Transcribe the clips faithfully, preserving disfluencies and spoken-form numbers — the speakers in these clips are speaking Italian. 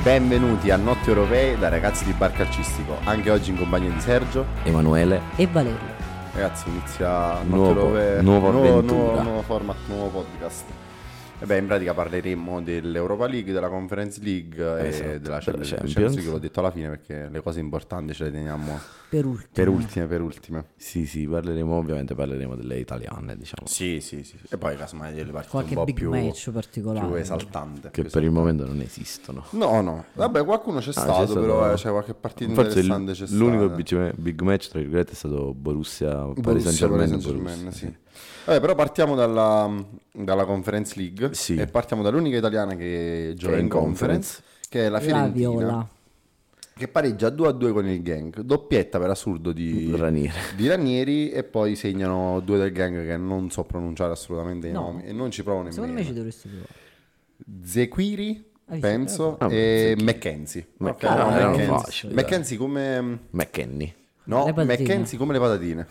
Benvenuti a Notti Europee da ragazzi di Bar Calcistico. Anche oggi in compagnia di Sergio, Emanuele e Valerio. Ragazzi, inizia Notti Nuovo- Europee, nuova nuovo, avventura. nuovo, nuovo format, nuovo podcast. E beh, in pratica parleremo dell'Europa League, della Conference League e Esatto, della della Champions Champions. League. L'ho detto alla fine perché le cose importanti ce le teniamo Per ultimo. per ultime, per ultime. Sì, sì, parleremo, ovviamente parleremo delle italiane, diciamo. Sì, sì, sì. E poi casomai delle partite Qualche un po' big più, match particolare. più esaltante. Che più per il esaltante. momento non esistono. No, no. Vabbè, qualcuno c'è Ah, stato, c'è stato- però eh, c'è qualche partita Forse il- interessante c'è l'unico stata. big, big match, tra virgolette, è stato Borussia, Paris Borussia, Saint-Germain. Paris Saint-Germain, Borussia, sì. Vabbè, però partiamo dalla, dalla Conference League Sì. e partiamo dall'unica italiana che gioca Che è in in Conference, che è la La Fiorentina, Viola. che pareggia due a due con il Genk, doppietta per assurdo di Ranieri. di Ranieri, e poi segnano due del Genk che non so pronunciare assolutamente i No. nomi e non ci provo Secondo me ci nemmeno. dovresti provare. Zequiri, Ah, sì, penso, vabbè, e Zequiri. Mackenzie. Mac- No, ah, erano Mackenzie. facili, Mackenzie come... McKenny. No, Le patatine. Mackenzie come le patatine.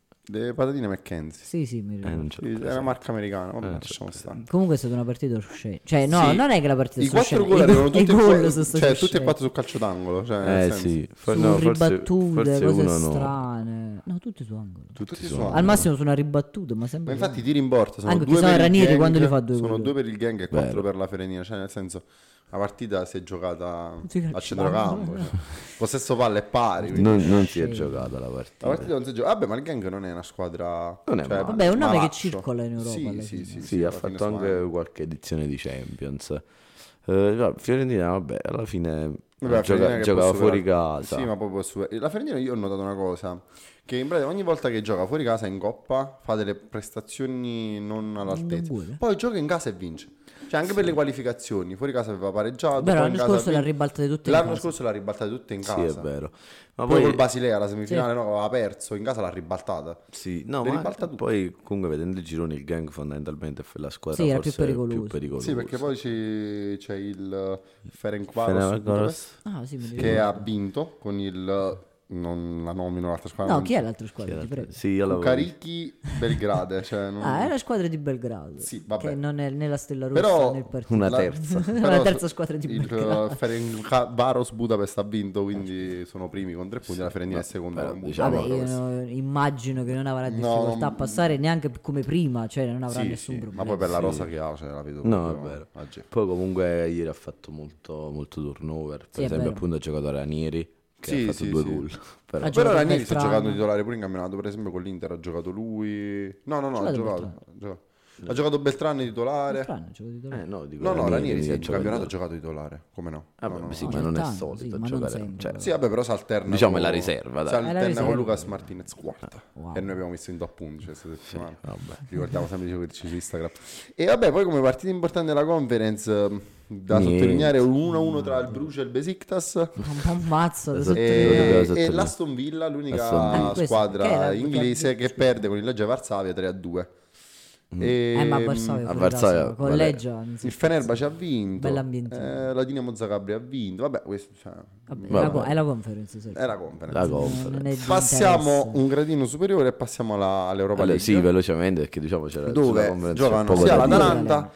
Le patatine Mackenzie. Sì, sì, mi Eh, ricordo. non c'è Sì, è una marca americana, vabbè, Eh, lasciamo stare. Comunque è stata una partita oscena. Cioè, no, Sì. non è che la partita I sia quattro oscena. gol I erano go- tutti i gol e sono stati cioè, tutti e osceni. quattro su calcio d'angolo. Cioè, nel Eh senso, sì, for- Su no, forse, ribattute, forse cose uno no. strane. No, tutti su angolo. tutti, Tutti su su angolo. Al massimo su una ribattuta, ma Ma sempre. infatti i tiri in porta sono Anche due perché per sennò il Ranieri Genk, quando li fa due sono gol. due per il Genk e quattro Vero. per la Fiorentina, cioè nel senso la partita si è giocata Sì, a centrocampo, cioè. Possesso palla è pari, quindi Non, non si è Sì. giocata la partita. la partita non si gioca. Vabbè, ma il Genk non è una squadra, Non è cioè, male. Vabbè, è un nome che malaccio. circola in Europa Sì, alla sì, fine. sì, Sì, ha alla fine fatto anche sono- qualche edizione di Champions. Eh, no, Fiorentina, vabbè, alla fine Vabbè, la gioca- Fiorentina che giocava può fuori superare- casa. Sì, ma proprio su... La Fiorentina io ho notato una cosa, che in pratica ogni volta che gioca fuori casa in Coppa fa delle prestazioni non all'altezza. buone. Poi gioca in casa e vince. Cioè anche per le qualificazioni, fuori casa aveva pareggiato, Però poi l'anno in casa scorso ha l'ha vinto. ribaltate tutte in L'anno casa. scorso l'ha ribaltata tutte in Sì, casa. è vero. Ma Poi poi col Basilea la semifinale no, aveva perso, in casa l'ha ribaltata. sì, no, Le ma ribalta tutte. poi comunque vedendo i gironi il Gang fondamentalmente è la squadra Sì, era più forse pericolosa. più pericolosa. Sì, perché poi ci- c'è il Ferencvaros Fenerbahce. Ah, sì, mi ricordo. che ha vinto con il... non la nomino l'altra squadra. No, non- chi è l'altra squadra? Ti prego. Sì, io l'avevo Kukariki Belgrade, cioè non... Ah, è la squadra di Belgrado. Sì, vabbè. Che non è né la Stella Rossa Però né il partito. una la- terza. Una però terza squadra di il Belgrado. uh, Ferencvaros Budapest ha vinto, quindi sono primi con tre punti, la Fiorentina è seconda però con Budapest. diciamo- Vabbè, io Budapest. no- immagino che non avrà No, difficoltà non- a passare neanche come prima, cioè non avrà Sì, nessun sì, problema. ma poi per la Sì. rosa che ha, cioè, la vedo No, è proprio vero. agge. Poi comunque ieri ha fatto molto, molto turnover. Per Sì, è esempio, vero. appunto ha giocato Ranieri che Sì, ha fatto sì, due sì. gol. Però, Ha Però giocato Ranieri sta Beltrano. giocando titolare pure in campionato, per esempio con l'Inter ha giocato lui. No, no, no, ha Giocato giocato. Beltrano. Ha giocato, ha giocato Beltrano titolare. Strano, gioco di eh, no, dico No, no, Ranieri sì, mica in gioca campionato ha titolare. giocato titolare, come no? Ah, No, beh, no, sì, no. ma non è Ogni tanto, solito sì, ma non giocare. sempre. Cioè, Sì, vabbè, però si alterna. Diciamo con- è la riserva, Si dai. È la alterna con riserva. Lucas Martinez quarta. Wow. E noi abbiamo messo in due appunti cioè, questa settimana. vabbè. Ricordiamo sempre di seguirci su Instagram. E vabbè, poi come partita importante della conference, eh, da Niente. sottolineare un uno a uno tra il Bruges e il Besiktas. Un po' un mazzo da Esatto. E, Lo dobbiamo sottolineare. e sottolineare. l'Aston Villa, l'unica Aston Villa. Ah, questo, che squadra era- inglese che- che perde con il Legia Varsavia tre a due. Mm. E, Eh, ma a Varsavia, a fuori Varsavia, casa, con vabbè. Legia, non si il scherza. Fenerbahce ha vinto. Bell'ambiente. eh, la Dinamo Zagabria ha vinto. Vabbè, questo cioè, Vabbè, Vabbè. È, la, co- è la conference. sì. è la conference. La Non è conference. di Passiamo interesse. un gradino superiore e passiamo alla- all'Europa Allora, League. sì, velocemente perché diciamo c'era sulla Dove conference c'è giocano poco sia da dire. l'Atalanta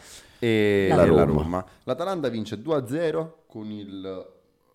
e La la Roma. Roma. L'Atalanta vince due a zero con il...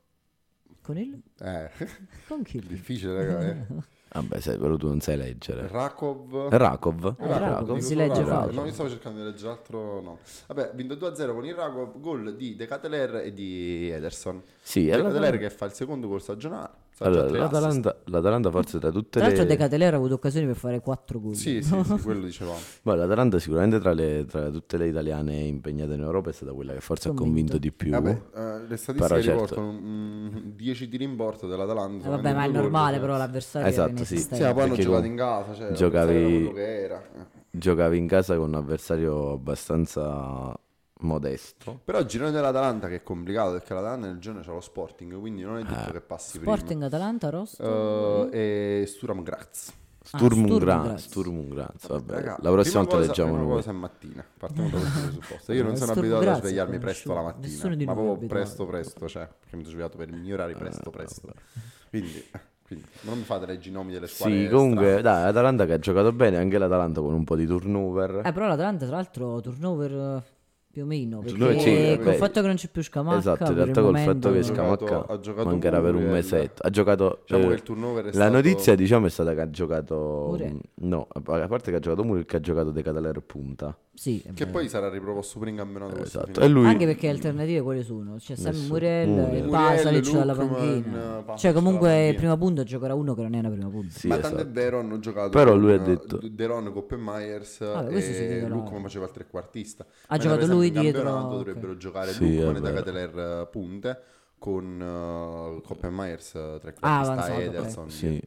Con il? Eh, Con chi? difficile raga, eh. Vabbè, sai, però tu non sai leggere. Rakov... Rakov? Eh, Rakov, Dico si solo legge Rakov. facile. No, io stavo cercando di leggere altro, no. Vabbè, ha vinto due a zero con il Rakov, gol di De Ketelaere e di Ederson. Sì, De e Ketelaere l'Atalanta, che fa il secondo gol stagionale. Sta già a allora, tre assist. l'Atalanta, l'Atalanta forse tra tutte Tra l'altro le... De Cateleira ha avuto occasioni per fare quattro gol. Sì, sì, sì, quello dicevamo. Beh, l'Atalanta sicuramente tra, le, tra tutte le italiane impegnate in Europa è stata quella che forse Convinto. ha convinto di più. Vabbè, eh, le statistiche Però certo. riportano mm, dieci tiri in porta dell'Atalanta. Eh, vabbè, ma è due gol, normale cioè. però l'avversario Esatto, era sì. Sì, inesistente. ma poi hanno Perché giocato com- in casa, cioè giocavi- l'avversario era quello che era. Eh. Giocavi in casa con un avversario abbastanza modesto. Però il girone dell'Atalanta che è complicato perché l'Atalanta nel girone c'ha lo Sporting, quindi non è detto Eh. che passi Sporting, Atalanta, Rosto. prima. Eh, e Sturm Graz. Sturm Sturm Graz, Graz. Sturm Graz, vabbè. Raga, la prossima prima volta cosa, leggiamo prima noi. cosa è mattina, partiamo da questo presupposto. Io non Eh, sono Sturm abituato a Graz è svegliarmi presto la conosciuto. mattina, Nessuno di ma noi è proprio abituato. presto presto, cioè, perché mi sono svegliato per i miei orari presto presto. Quindi, quindi non mi fate leggere i nomi delle squadre. Sì, comunque, strane. dai, l'Atalanta che ha giocato bene, anche l'Atalanta con un po' di turnover. Eh, però l'Atalanta, tra l'altro, turnover eh, più o meno, perché Lui sì, col beh, fatto che non c'è più Scamacca, esatto, in per realtà il col momento- fatto che Ha giocato- Scamacca ha giocato mancherà per un Muriel. mesetto. Ha giocato. Diciamo eh, che il turnover è la stato- notizia, diciamo, è stata che ha giocato. Muriel. No, a parte che ha giocato Muriel, che ha giocato De Cataler punta. Sì, è Che vero. poi sarà riproposto pure in campionato questo Esatto. finale. E lui. Anche perché le alternative quali sono? C'è Sam Nessuno. Muriel Muriel. e Muriel, Pasalic dalla Lookman, panchina. Pasalic Cioè comunque dalla il panchina. prima punto giocherà uno che non è una prima punta. Sì, Ma esatto. tanto è vero, hanno giocato Però con lui ha detto- Deron, Koppenmeiers Vabbè, questo si e titolare. Lukman faceva il trequartista. Ha Mentre, giocato per esempio, lui in dietro, campionato ok. dovrebbero giocare Sì, Lukman è e vero. Decateler eh, punte con uh, Koppenmeiers eh, trequartista Ah, e avanzato, ok. Ederson. Sì.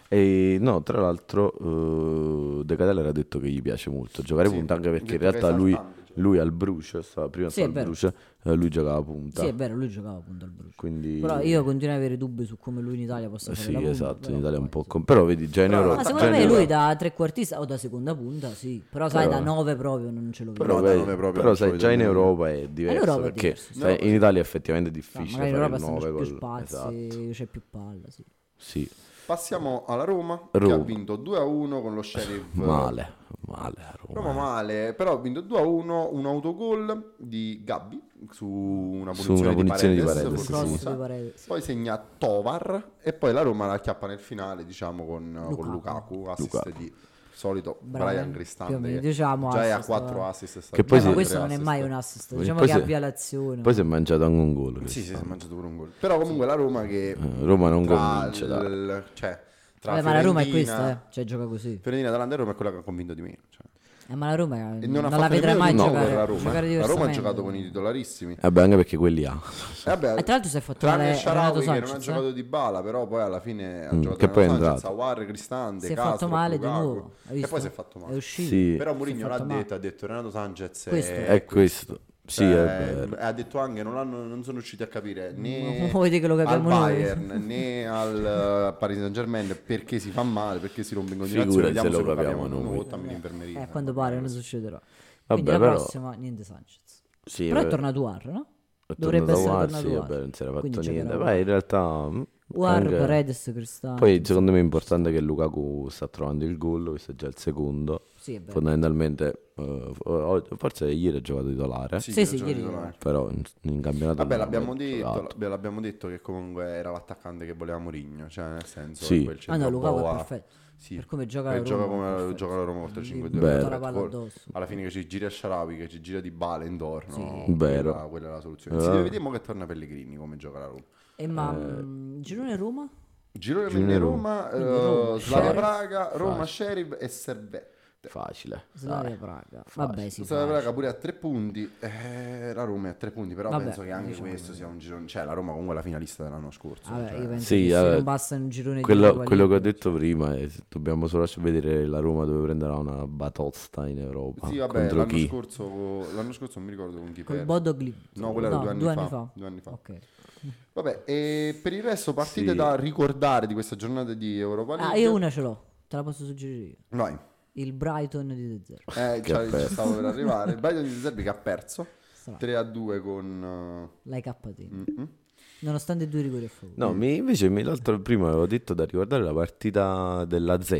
E no, tra l'altro, uh, De Cataler ha detto che gli piace molto giocare Sì, punta, anche perché in detto che realtà lui, esaltante, cioè. lui al Bruce, stava, prima Sì, stava è al vero. Bruce, eh, lui giocava punta. Sì, è vero, lui giocava appunto al Bruce. Quindi Però io continuo ad avere dubbi su come lui in Italia possa eh, fare sì, la punta. esatto, però in Italia è un poi, po' com- però vedi già in Però Europa. Ma Già secondo in me lui Europa- da trequartista o da seconda punta, sì. Però sai, Però- da nove proprio non ce lo vedo. Però, No, da vedi, nove proprio però non sai, ci già in vedo Europa è diverso L'Europa è perché diverso, sì. sai, in Italia è effettivamente No, difficile magari in fare Europa il stanno nove più col spazi, esatto. c'è più palla, sì. Sì, Passiamo alla Roma, che Roma. ha vinto due a uno con lo Sheriff. male, male a Roma. Roma male, però ha vinto due a uno, un autogol di Gabbi su una Su punizione, una punizione di di Paredes, Paredes, sì. fortunosa. Cross di Paredes. Poi segna Tovar e poi la Roma la acchiappa nel finale, diciamo, con con Lukaku. Lukaku, assist Lukaku. di solito Bravo, Brian più o Cristante, meno, che diciamo, già è a assist, quattro va. assist. Che poi Eh, si- ma tre questo non è assist. mai un assist, diciamo Poi che si- avvia l'azione. Poi si è mangiato anche un gol. Sì, sì, si è quest'anno. mangiato pure un gol. Però comunque la Roma che Eh, Roma non tra convince, dai. il- cioè, tra Vabbè, ma la Roma è Fiorentina- questa, eh. Cioè gioca così. Fiorentina, Atalanta e Roma è quella che ha convinto di meno. Cioè. Eh, ma la Roma E non, non, ha la fatto vedrai nemmeno mai tutto giocare, per la Roma. giocare La Roma ha diversamente. giocato con i titolarissimi. Vabbè, anche perché quelli ha. E vabbè, E tra l'altro si è fatto tranne male Renato Shaarawy che non ha Sanchez, giocato eh. di bala, però poi alla fine ha Mm, giocato che poi è Renato Sanchez, entrato. Aouar, Cristante, Si è Castro, fatto male di Lukaku. nuovo, hai E visto? poi si è fatto È male. uscito. Sì, Però Si è Mourinho l'ha fatto male. detto, ha detto Renato Sanchez Questo. è, È questo. Sì, è Cioè, vero. ha detto anche non, l'hanno- non sono riusciti a capire né Ma vuoi dire che lo al capiamo noi? Bayern né al uh, Paris Saint Germain perché si fa male, perché si rompe in continuazione. Figurati Vediamo se se lo lo capiamo capiamo noi. noi. Ottami in infermeria. Eh, quando pare non succederà. Vabbè, Quindi la però- prossima niente Sanchez. Sì, Però è beh, tornato War, no? è Dovrebbe tornato essere War, tornato sì, War. vabbè, non si era Quindi fatto niente. giocherà Beh, in realtà mm, War, anche- Paredes, Cristante. Poi secondo me è importante che Lukaku sta trovando il gol, questo è già il secondo. Sì, è vero. Fondamentalmente, eh, o- forse ieri ha giocato titolare, Sì, che sì, gioca ieri titolare. però in, in campionato Vabbè, non ha l'abbiamo mai detto, giocato. l'abbiamo- l'abbiamo detto che comunque era l'attaccante che voleva Mourinho, cioè nel senso Sì. quel Ah no, Lukaku è centroboa- perfetto. Sì. Per come gioca Per la gioca Roma, come perfetto. gioca la Roma oltre Gli cinque butta due. la palla addosso. Alla fine che ci gira Shaarawy, che ci gira di bale intorno, Sì. Vero. quella, quella è la soluzione. Eh. Si deve vedere mo che torna Pellegrini come gioca la Roma. E ma mm, Girone Roma? Girone Girone di Roma. Roma, Quindi eh, Roma, Slavia Sheriff. Praga, Roma, Facile. Sheriff e Servette. Facile. Slavia dai. Praga. Facile. Vabbè, sì. Slavia facile. Praga pure a tre punti, eh, la Roma è a tre punti, però Vabbè, penso che anche diciamo questo che- sia un girone, cioè la Roma comunque è la finalista dell'anno scorso. Vabbè, cioè. io penso Sì, che se eh, non basta un girone Quello, di quello che ho Europa detto prima è se dobbiamo solo vedere la Roma dove prenderà una batosta in Europa. Sì, vabbè, Contro l'anno cui? scorso, l'anno scorso non mi ricordo con chi col perde. Bodo Glimt. No, quello era due anni fa, fa. due anni fa. Ok. Vabbè, e per il resto partite Sì. da ricordare di questa giornata di Europa League. Ah, io una ce l'ho. Te la posso suggerire io. Vai. Il Brighton di De Zerbi. Eh, Che cioè, ha ci perso. stavo per arrivare. Il Brighton di De Zerbi che ha perso Strano. tre a due con L'hai cappati. uh, mm-mm. Nonostante due rigori a favore. No, mi, invece mi, l'altro prima avevo detto da ricordare la partita della Z,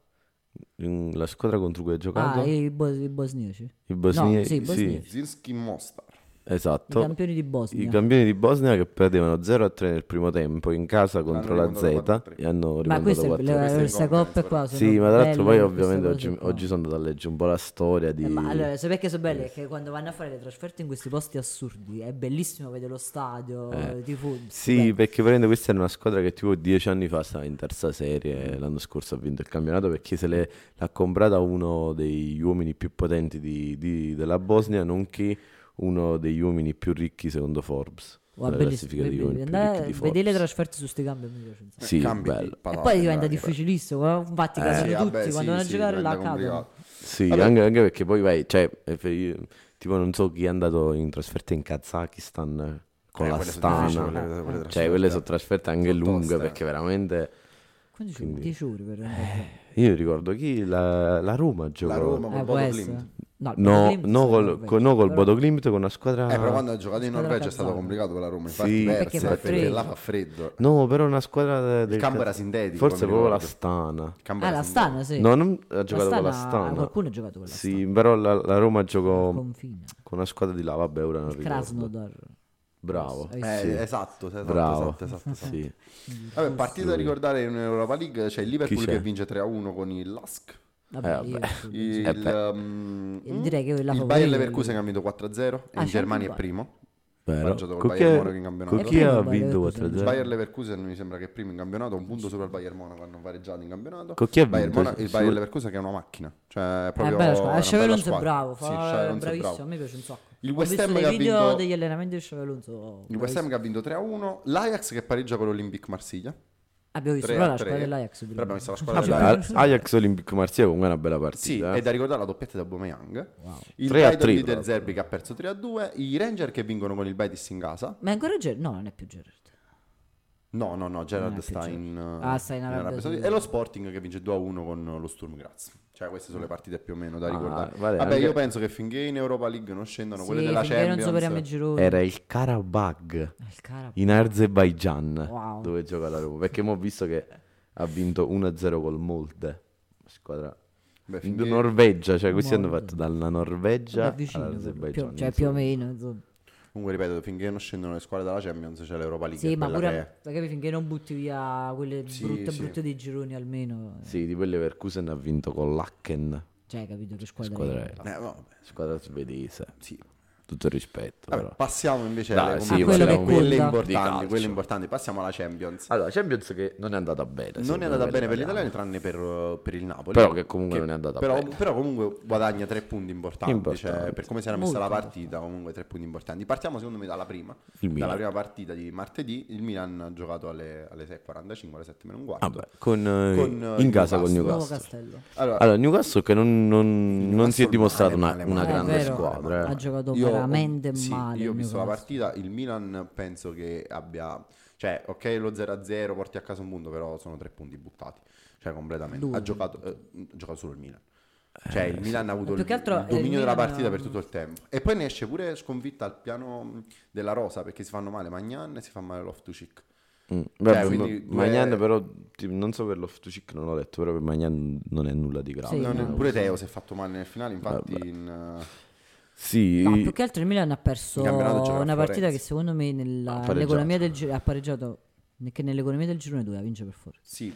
in- la squadra contro cui ha giocato. Ah, i, bos- i bosniaci. I bosniaci. No, sì, i bosniaci. Zinski Mostar. I Esatto. campioni di Bosnia. I campioni di Bosnia che perdevano zero a tre nel primo tempo in casa contro la rimontato quattro a Z tre. e hanno Ma rimontato queste quattro a le, tre. Queste in queste conference, coppe qua sono Sì, ma tra l'altro poi belle, ovviamente queste oggi, cose qua. oggi sono andato a leggere un po' la storia di... Eh, ma allora, sai perché sono belle? Che quando vanno a fare le trasferte in questi posti assurdi è bellissimo vedere lo stadio, Eh. i tifosi. Sì, stupendo. perché praticamente questa era una squadra che tipo dieci anni fa stava in terza serie e l'anno scorso ha vinto il campionato perché se l'è, l'ha comprata uno degli uomini più potenti di- di- della Bosnia, nonché uno degli uomini più ricchi secondo Forbes. Guarda, la bellissimo, classifica degli uomini più andare- ricchi di vedere le Forbes. trasferte su sti campi mi piace un sacco. Sì, Cambi di bello. E patate, poi diventa bravi. difficilissimo, eh, infatti Eh, cadono sì, tutti vabbè, quando sì, vanno a sì, giocare là diventa cadono. complicato. Sì, Vabbè. anche, anche perché poi vai, cioè, eh, io- tipo non so chi è andato in trasferta in Kazakistan eh, con Eh, la quelle sono difficili, Stana. quelle- quelle Cioè, trasferte. quelle sono trasferte anche Sono lunghe toste. perché veramente... Quindi ci Quindi- dieci ore per andare. Io ricordo chi? La, la Roma La giocò. Roma Eh, col può Bodo essere. Glimt. No, il No, Bodo-Glimt no sta in col, Norvegia, co- no col però- Bodo Glimt, con una squadra... Eh, però quando ha giocato in Squadra Norvegia è stato cazzata. complicato per la Roma, infatti Sì, perse, perché fa perché freddo. là fa freddo. No, però una squadra de- del campo cazzo- era sintetico, Forse mi proprio la ricordo. Stana. Il campo Ah, era la sintetico. Stana, sì. No, non ha giocato con la Stana- Stana. Qualcuno ha giocato con la Stana. Sì, però la, la Roma Al giocò confine. con una squadra di là, vabbè, ora non Il ricordo. Krasnodar. Bravo. Hai visto? Eh, Sì. esatto, esatto, Bravo. esatto, esatto, esatto. Sì. Vabbè, partita da ricordare in Europa League, c'è il Liverpool Chi c'è? che vince tre a uno con il Lask. Vabbè, Eh, io- vabbè. Il, Eh beh. um, Io direi che la il favorita Bayer è Leverkusen il- che ha vinto quattro a zero, Ah, in c'è Germania è anche il primo. Vero. Pareggiato col Con Bayern chi- Monaco in campionato. con È chi primo ha il Bayer vinto Leverkusen. quattro a Il zero? Bayer Leverkusen mi sembra che è primo in campionato, un punto sopra il Bayern Monaco, hanno pareggiato in campionato. Con chi ha Bayern vinto? Monaco- il Sì, Bayer sì. Leverkusen che è una macchina, cioè è È proprio bella squadra. una Xabi bella Alonso è squadra. bravo, fa- Sì, Xabi è Alonso è bravissimo, bravo. a me piace un sacco. Il Ho West visto Ham dei che ha video vinto- degli allenamenti di Xabi Alonso. Il West Ham che ha vinto tre a uno, l'Ajax che pareggia con l'Olympique Marsiglia. Abbiamo visto tre però a la tre. squadra dell'Ajax. Però abbiamo visto la Ah, squadra sì, dell'Ajax. Vabbè, Ajax Olympique Marsiglia comunque è una bella partita. Sì, eh. è da ricordare la doppietta di Aubameyang. Wow. Il tre a Brighton tre di De proprio. Zerbi che ha perso tre a due, i Ranger che vincono con il Betis in casa. Ma è ancora Gerrard? No, non è più Gerrard. No, no, no, Gerrard Non è più sta Gerrard. in, Ah, sta in Arabia Saudita. E lo Sporting che vince due a uno con lo Sturm Graz. Cioè queste sono le partite più o meno da Ah, ricordare. vale, Vabbè, anche- io penso che finché in Europa League non scendono Sì, quelle della finché non Champions. superiamo i gironi. Era il Karabag Il Karabakh. in Azerbaijan, Wow. dove gioca la Roma. Perché mo ho visto che ha vinto uno a zero col Molde, squadra Beh, in finché- Norvegia, cioè questi hanno Molde. fatto dalla Norvegia Vabbè, vicino, all'Azerbaijan. più, cioè più o meno. Insomma. Comunque ripeto, finché non scendono le squadre della Champions c'è l'Europa League. Sì, è ma quella che è. pure perché finché non butti via quelle Sì, brutte sì. brutte dei gironi almeno. eh. Sì, di quelle Leverkusen ha vinto con l'Aken, Cioè, hai capito che squadra, squadra, è? Eh, vabbè, squadra svedese. sì. Tutto il rispetto. Vabbè, però. passiamo invece Dai, alle sì, comunque quello che quelle conta. Di importanti, calcio. quelle importanti. Passiamo alla Champions. Allora, Champions che non è andata bene. Non è secondo andata me, bene per gli italiani. italiani, tranne per, per il Napoli. Però che comunque non è andata però, bene. però comunque guadagna tre punti importanti. Importanti. Cioè, per come si era messa Molto la partita, comunque tre punti importanti. Partiamo secondo me dalla prima. Il dalla Milan. prima partita di martedì. Il Milan ha giocato alle, alle sei e quarantacinque, alle sette meno un quarto. Vabbè, con, eh, Con, eh, in il casa con Newcastle. Nuovo Newcastle. Castello. Allora, Allora, Newcastle che non, non- non si è Newcastle dimostrato male, una, male, una male, È grande vero, squadra. eh. Ha giocato io- veramente sì, male. Io ho il visto la Newcastle. partita. Il Milan penso che abbia. Cioè, ok, lo zero a zero porti a casa un punto, però sono tre punti buttati. Cioè, completamente. Due. Ha giocato, eh, ha giocato solo il Milan. Cioè, il Milan ha avuto Più il, che altro, il eh, il dominio della Milan partita ha- per tutto il tempo. E poi ne esce pure sconfitta al piano della rosa perché si fanno male Magnan e si fa male Loftus-Cheek. Mm. Vabbè, quindi ma- due- Magnan però, tipo, non so per l'Oftucic non l'ho letto, però per Magnan non è nulla di grave. Sì, Non è- no, pure sì. Teo si è fatto male nel finale, infatti Vabbè. in, eh, Sì, No, più che altro il Milan ha perso In campionato gioca a una partita Florenza. che secondo me nella- Ha pareggiato. nell'economia del girone ha pareggiato che nell'economia del girone doveva vincere per forza sì,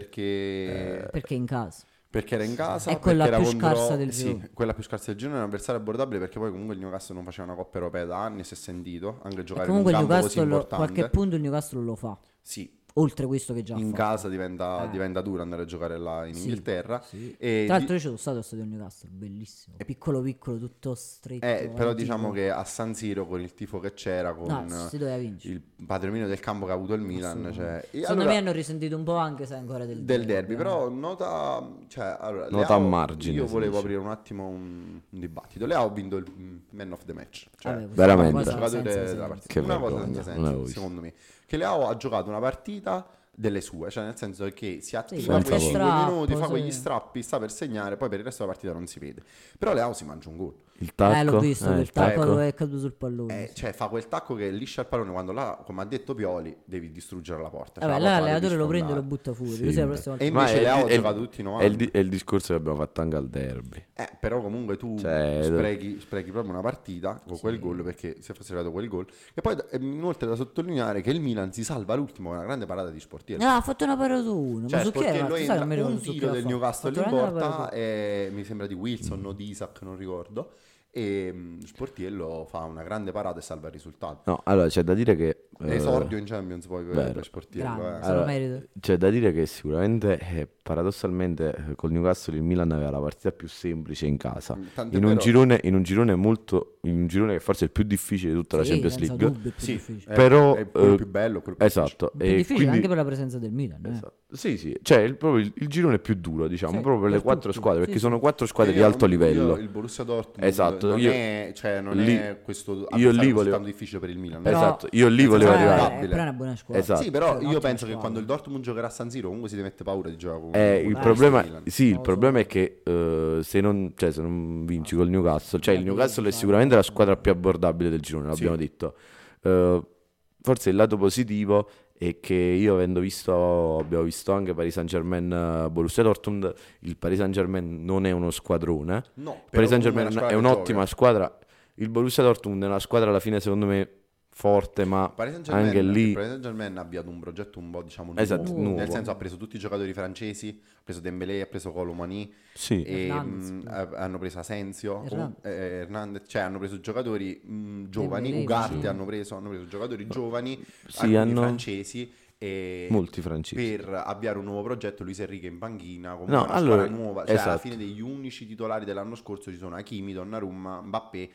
perché perché è in casa. Perché era in casa, È quella perché era più contro- scarsa del sì, girone. quella più scarsa del girone è un avversario abbordabile perché poi comunque il Newcastle non faceva una Coppa Europea da anni, si è sentito, anche E giocare comunque il in un campo così Newcastle lo- importante. qualche punto il Newcastle lo fa Sì, oltre questo che già ha in fatto. casa diventa, Eh. diventa duro andare a giocare là in Sì, Inghilterra. sì. E Tra l'altro di- io ci sono stato al stadio del Newcastle, bellissimo, piccolo piccolo, tutto stretto. eh, però antico. diciamo che a San Siro con il tifo che c'era, con No, si doveva vincere. il patrimonial del campo che ha avuto il Milan, cioè, e Secondo allora- me hanno risentito un po' anche se ancora del, del derby, eh. però nota, cioè, allora, Nota a Leao- margine, Io si volevo dice. aprire un attimo un, un dibattito. Leao ha vinto il mm, man of the match, cioè Vabbè, questa veramente. è il una cosa giocatore senza della senso. partita. Che Una cosa vergogna, senza non l'avevo senso, visto. secondo me. Che Leao ha giocato una partita delle sue, cioè nel senso che si attiva qualche quei cinque strappo, minuti, fa sì. quegli strappi, sta per segnare, poi per il resto della partita non si vede. Però Leao si mangia un gol. Il tacco, Eh, l'ho visto, eh, quel il tacco tacco. è caduto sul pallone. Eh, cioè fa quel tacco che liscia il pallone quando là, come ha detto Pioli, devi distruggere la porta. Cioè, Vabbè, la là porta la devi l'allenatore lo prende e lo sfondare. butta fuori. Sì. Così la prossima volta. E Ma invece è- Leao ha è- giocato tutti i È novanta. il, di- è il discorso che abbiamo fatto anche al derby. Eh, però comunque tu Cioè, sprechi, sprechi proprio una partita con quel gol perché se fosse arrivato quel gol. E poi è inoltre da sottolineare che il Milan si salva all'ultimo con una grande parata di Sportiello. No, ha fatto una parata uno. Cioè ma su chi era? Sportiello Tu sai entra, che mi ricordo un su chi tiro l'ha del fatto. Newcastle Ha in fatto una porta parata- e mi sembra di Wilson o di Isaac, non ricordo. E mm, Sportiello fa una grande parata e salva il risultato. No, allora c'è da dire che eh, Esordio in Champions poi per, vero. per Sportiello. Grande, eh. se lo Allora, merita. c'è da dire che sicuramente eh, paradossalmente eh, col Newcastle il Milan aveva la partita più semplice in casa. Tant'è In un, vero- girone, in un girone molto in un girone che forse è il più difficile di tutta la Sì, Champions senza League. dubbio, è più Sì, difficile. è- Però, è quello eh, più bello, quello più Esatto. Più e difficile quindi- anche per la presenza del Milan. eh. esatto. Sì, sì, cioè il, proprio il, il girone più duro, diciamo, Sì, proprio per le per quattro tutti. squadre, perché Sì, sono sì. quattro squadre Io- di alto io- livello. il Borussia Dortmund Esatto, non, io- è, cioè, non lì- è questo io lì avversario volevo- tanto difficile per il Milan. Però- Esatto, io lì volevo Però è- arrivare. arrivare. Però è una buona squadra. Esatto. Sì, però Cioè, io un'ottima penso che squadra. quando il Dortmund giocherà a San Siro comunque si deve mettere paura di giocare con Eh, il Ah, problema, Milan. sì, il Non lo problema so. è che eh, se, non, cioè, se non vinci col Newcastle, cioè il Eh, Newcastle è sì, sicuramente la sì. squadra più abbordabile del girone, l'abbiamo Sì. detto. Eh, forse il lato positivo è che io avendo visto, abbiamo visto anche Paris Saint-Germain, eh, Borussia Dortmund, il Paris Saint-Germain non è uno squadrone. No, Il però Paris Saint-Germain comunque è una squadra che un'ottima gioca. squadra. Il Borussia Dortmund è una squadra alla fine secondo me forte, ma Il Paris Saint-Germain, anche il lì Paris Saint-Germain ha avviato un progetto un po' diciamo Esatto, nuovo, nuovo. nel senso ha preso tutti i giocatori francesi, ha preso Dembélé, ha preso Colomani sì, e Hernandez, mh, pure. ha- hanno preso Asensio, Hernandez. com- eh, Hernandez, cioè hanno preso giocatori mh, giovani, Dembélé, Ugarte sì. hanno preso, hanno preso giocatori giovani, Sì, alcuni hanno- francesi e molti francesi. per avviare un nuovo progetto. Luis Enrique in panchina, comunque No, una allora, squadra nuova, cioè alla esatto. fine degli unici titolari dell'anno scorso ci sono Hakimi, Donnarumma, Mbappé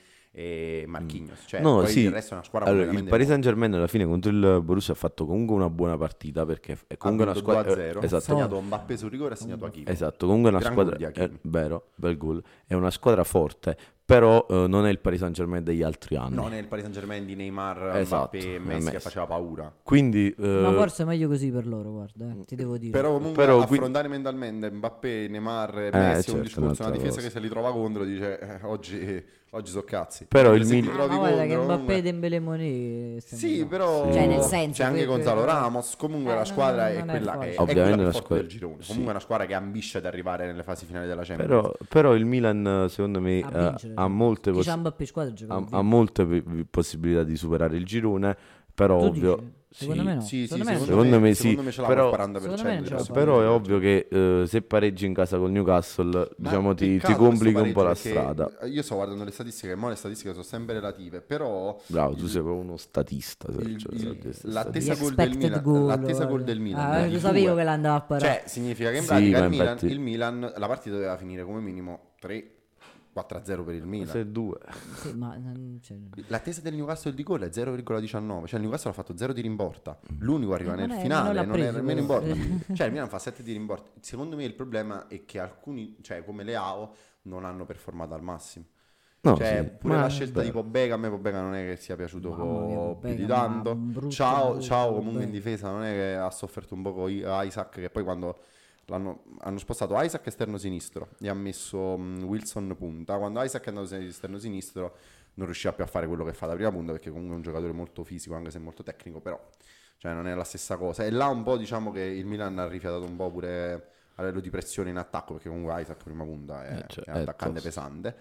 e Marquinhos, cioè No, poi sì. il resto è una squadra Allora, il completamente Paris nuova. Saint-Germain alla fine contro il Borussia ha fatto comunque una buona partita perché è Ha comunque una vinto squadra due a zero, eh, ha esatto, segnato Mbappé sul rigore, ha segnato Hakimi. esatto, comunque è una Gran squadra gol di è, Hakimi. vero, bel gol. È una squadra forte, però eh, non è il Paris Saint-Germain degli altri anni. Non è il Paris Saint-Germain di Neymar, Esatto, Mbappé e è Messi che Messi. faceva paura. Quindi eh, Ma forse è meglio così per loro, guarda, eh, ti devo dire. Però comunque Però qui- affrontare mentalmente Mbappé, Neymar e Eh, Messi è un certo, discorso, una un'altra difesa cosa. che se li trova contro dice eh, oggi, oggi so cazzi. Però Mentre il se li Milan- Ah, trovi ma guarda che contro, Mbappé comunque- e Dembélé Moné stiamo Sì, là. però Cioè, nel senso, c'è anche que- Gonzalo que- Ramos. Comunque Eh, la non- squadra non è è quella forte. che è, è Ovviamente quella più la forte squadra- del girone. sì. Comunque è una squadra che ambisce ad arrivare nelle fasi finali della Champions. però, però il Milan secondo me A eh, vincere. ha molte Chi possi- c'ha Mbappé squadra gioca ha, a ha vincere. molte p- possibilità di superare il girone, però Tu ovvio dici? Secondo sì. me no. Sì, sì, Secondo me non Secondo me sì, secondo me ce l'ha però- al quaranta per secondo me non cento. ce la di fa. Però è possibilità. ovvio che eh, se pareggi in casa col Newcastle, diciamo ti, ti peccato complica questo un po' la pareggio, strada. perché Io sto guardando le statistiche, ma le statistiche sono sempre relative, però Bravo, tu il- sei proprio uno statista. il- Sergio, il- Sergio, questa l'attesa Gli gol del expected Milan, goal, l'attesa gol guarda. del Milan, Ah, il lo sapevo due. che l'andava a parare. Cioè, significa che in Sì, pratica ma il, Milan, infatti- il Milan, la partita doveva finire come minimo tre quattro a zero per il Milan. sei due. Sì, ma non- cioè, L'attesa del Newcastle di gol è zero virgola diciannove, cioè il Newcastle ha fatto zero tiri in porta. L'unico arriva Eh, nel non è- finale, non l'ha non è preso, nemmeno in però. porta. Cioè il Milan fa sette tiri in porta. Secondo me il problema è che alcuni, cioè come Leao, non hanno performato al massimo. No, Cioè, sì, pure ma la è scelta di vero. Pobega, a me Pobega non è che sia piaciuto Mamma mia, più Pobega, di ma tanto. un brutto, Ciao, brutto ciao comunque Pobega. in difesa, non è che ha sofferto un poco I- Isaac, che poi quando l'hanno, hanno spostato Isaac esterno sinistro e ha messo mm, Wilson punta. Quando Isaac è andato esterno sinistro non riusciva più a fare quello che fa da prima punta, perché comunque è un giocatore molto fisico, anche se molto tecnico, però cioè, non è la stessa cosa. E là un po' diciamo che il Milan ha rifiatato un po' pure a livello di pressione in attacco, perché comunque Isaac prima punta è, Eh, cioè, è un è attaccante tosto. pesante.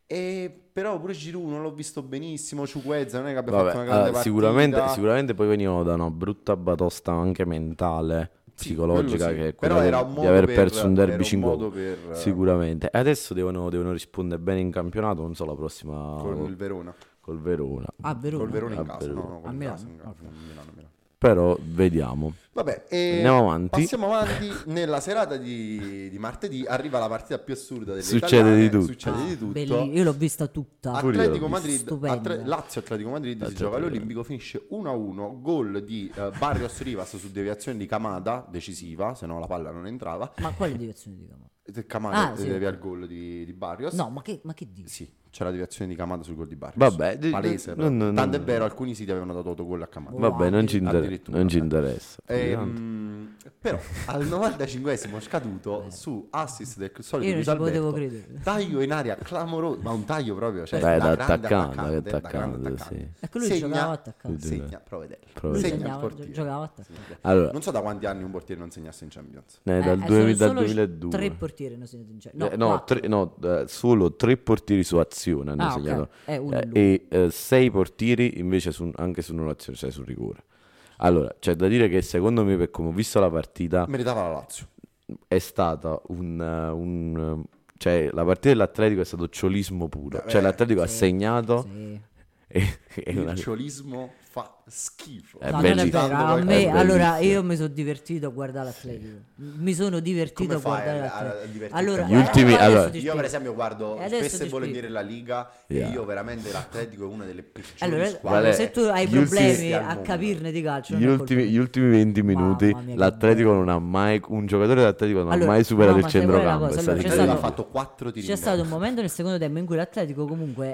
E però pure Giroud non l'ho visto benissimo, Chukwueze non è che abbia Vabbè, fatto una grande allora, partita. sicuramente, sicuramente poi venivano da una brutta batosta anche mentale, Sì, psicologica, quello sì. che è Però quella era del- un di modo aver per- perso un derby era un cinque modo per, eh, sicuramente. E adesso devono, devono rispondere bene in campionato, non so la prossima con il Verona. col Verona. Ah, Verona. Col Verona in A casa, Verona. no, no, con A il Milano? casa in casa, Ok. Milano, Milano. Però vediamo. Vabbè, e Andiamo avanti. passiamo avanti. Nella serata di, di martedì arriva la partita più assurda delle Succede italiane, di tutto. Succede di tutto. Belli- io l'ho vista tutta. Pure io l'ho Atletico vista. Madrid, Stupenda. Atre- Lazio Atletico Madrid si Lazio gioca Atletico. all'Olimpico, finisce uno a uno, gol di eh, Barrios Rivas su deviazione di Kamada, decisiva, se no la palla non entrava. Ma quale direzione di Camara? Kamada Ah, sì. devia il gol di, di Barrios. No, ma che, ma che dici? Sì, c'è la deviazione di Kamada sul gol di Barrios. Vabbè, di- palese. di- però. non- non- Tanto è non- vero, alcuni siti avevano dato autogol a Kamada. Vabbè, non ci, inter- Addirittura. non ci interessa. Ehm, però al novantacinquesimo scaduto su assist del solito Io non Luis ci potevo Alberto, credere. taglio in aria clamoroso, ma un taglio proprio, cioè Beh, da da grande attaccante, attaccante, da da attaccante, grande sì. attaccante. Ecco, lui Segna- giocava attaccante. segna, prova a vederlo. Prova a Lui Segna segnava, il portiere. giocava attaccante. Allora, Non so da quanti anni un portiere non segnasse in Champions. eh, dal, Eh, duemila- sono dal solo duemiladue. tre portieri hanno segnato in Champions. Eh, No, quattro. tre- no, eh, solo tre portieri su azione hanno Ah, ok. segnato. Eh, uno Eh, è lui. e eh, sei portieri invece su- anche su un'azione, cioè sul rigore. Allora, c'è da dire che secondo me, per come ho visto la partita, Meritava la Lazio. è stata un, eh, un, eh, cioè la partita dell'Atletico è stato ciolismo puro. Beh, Cioè l'Atletico ha sì, segnato Sì. e, e una- Il ciolismo fa schifo. È No, non è bellissimo. vero. A Tanto me, poi- è allora, bellissimo. io mi sono divertito a guardare l'Atletico. Mi sono divertito Come a guardare fai a- a l'Atletico. divertirti? Allora, Gli eh, ultimi- adesso allora- ti Io spiego. per esempio guardo E adesso spesso e ti spiego. volentieri la Liga Yeah. e io veramente l'Atletico è una delle peggiori Allora, squadre. Vale, se tu hai gli problemi ultimi- a al capirne di calcio, gli non è ultimi, colpa gli mia. ultimi venti minuti Mamma mia, che l'Atletico bello. non ha mai, un giocatore dell'Atletico non Allora, ha mai superato no, il ma sai qual è la centrocampo. cosa? è Allora, stato c'è L'Atletico ha incredibile. fatto quattro tiri C'è in stato un porta. momento nel secondo tempo in cui l'Atletico comunque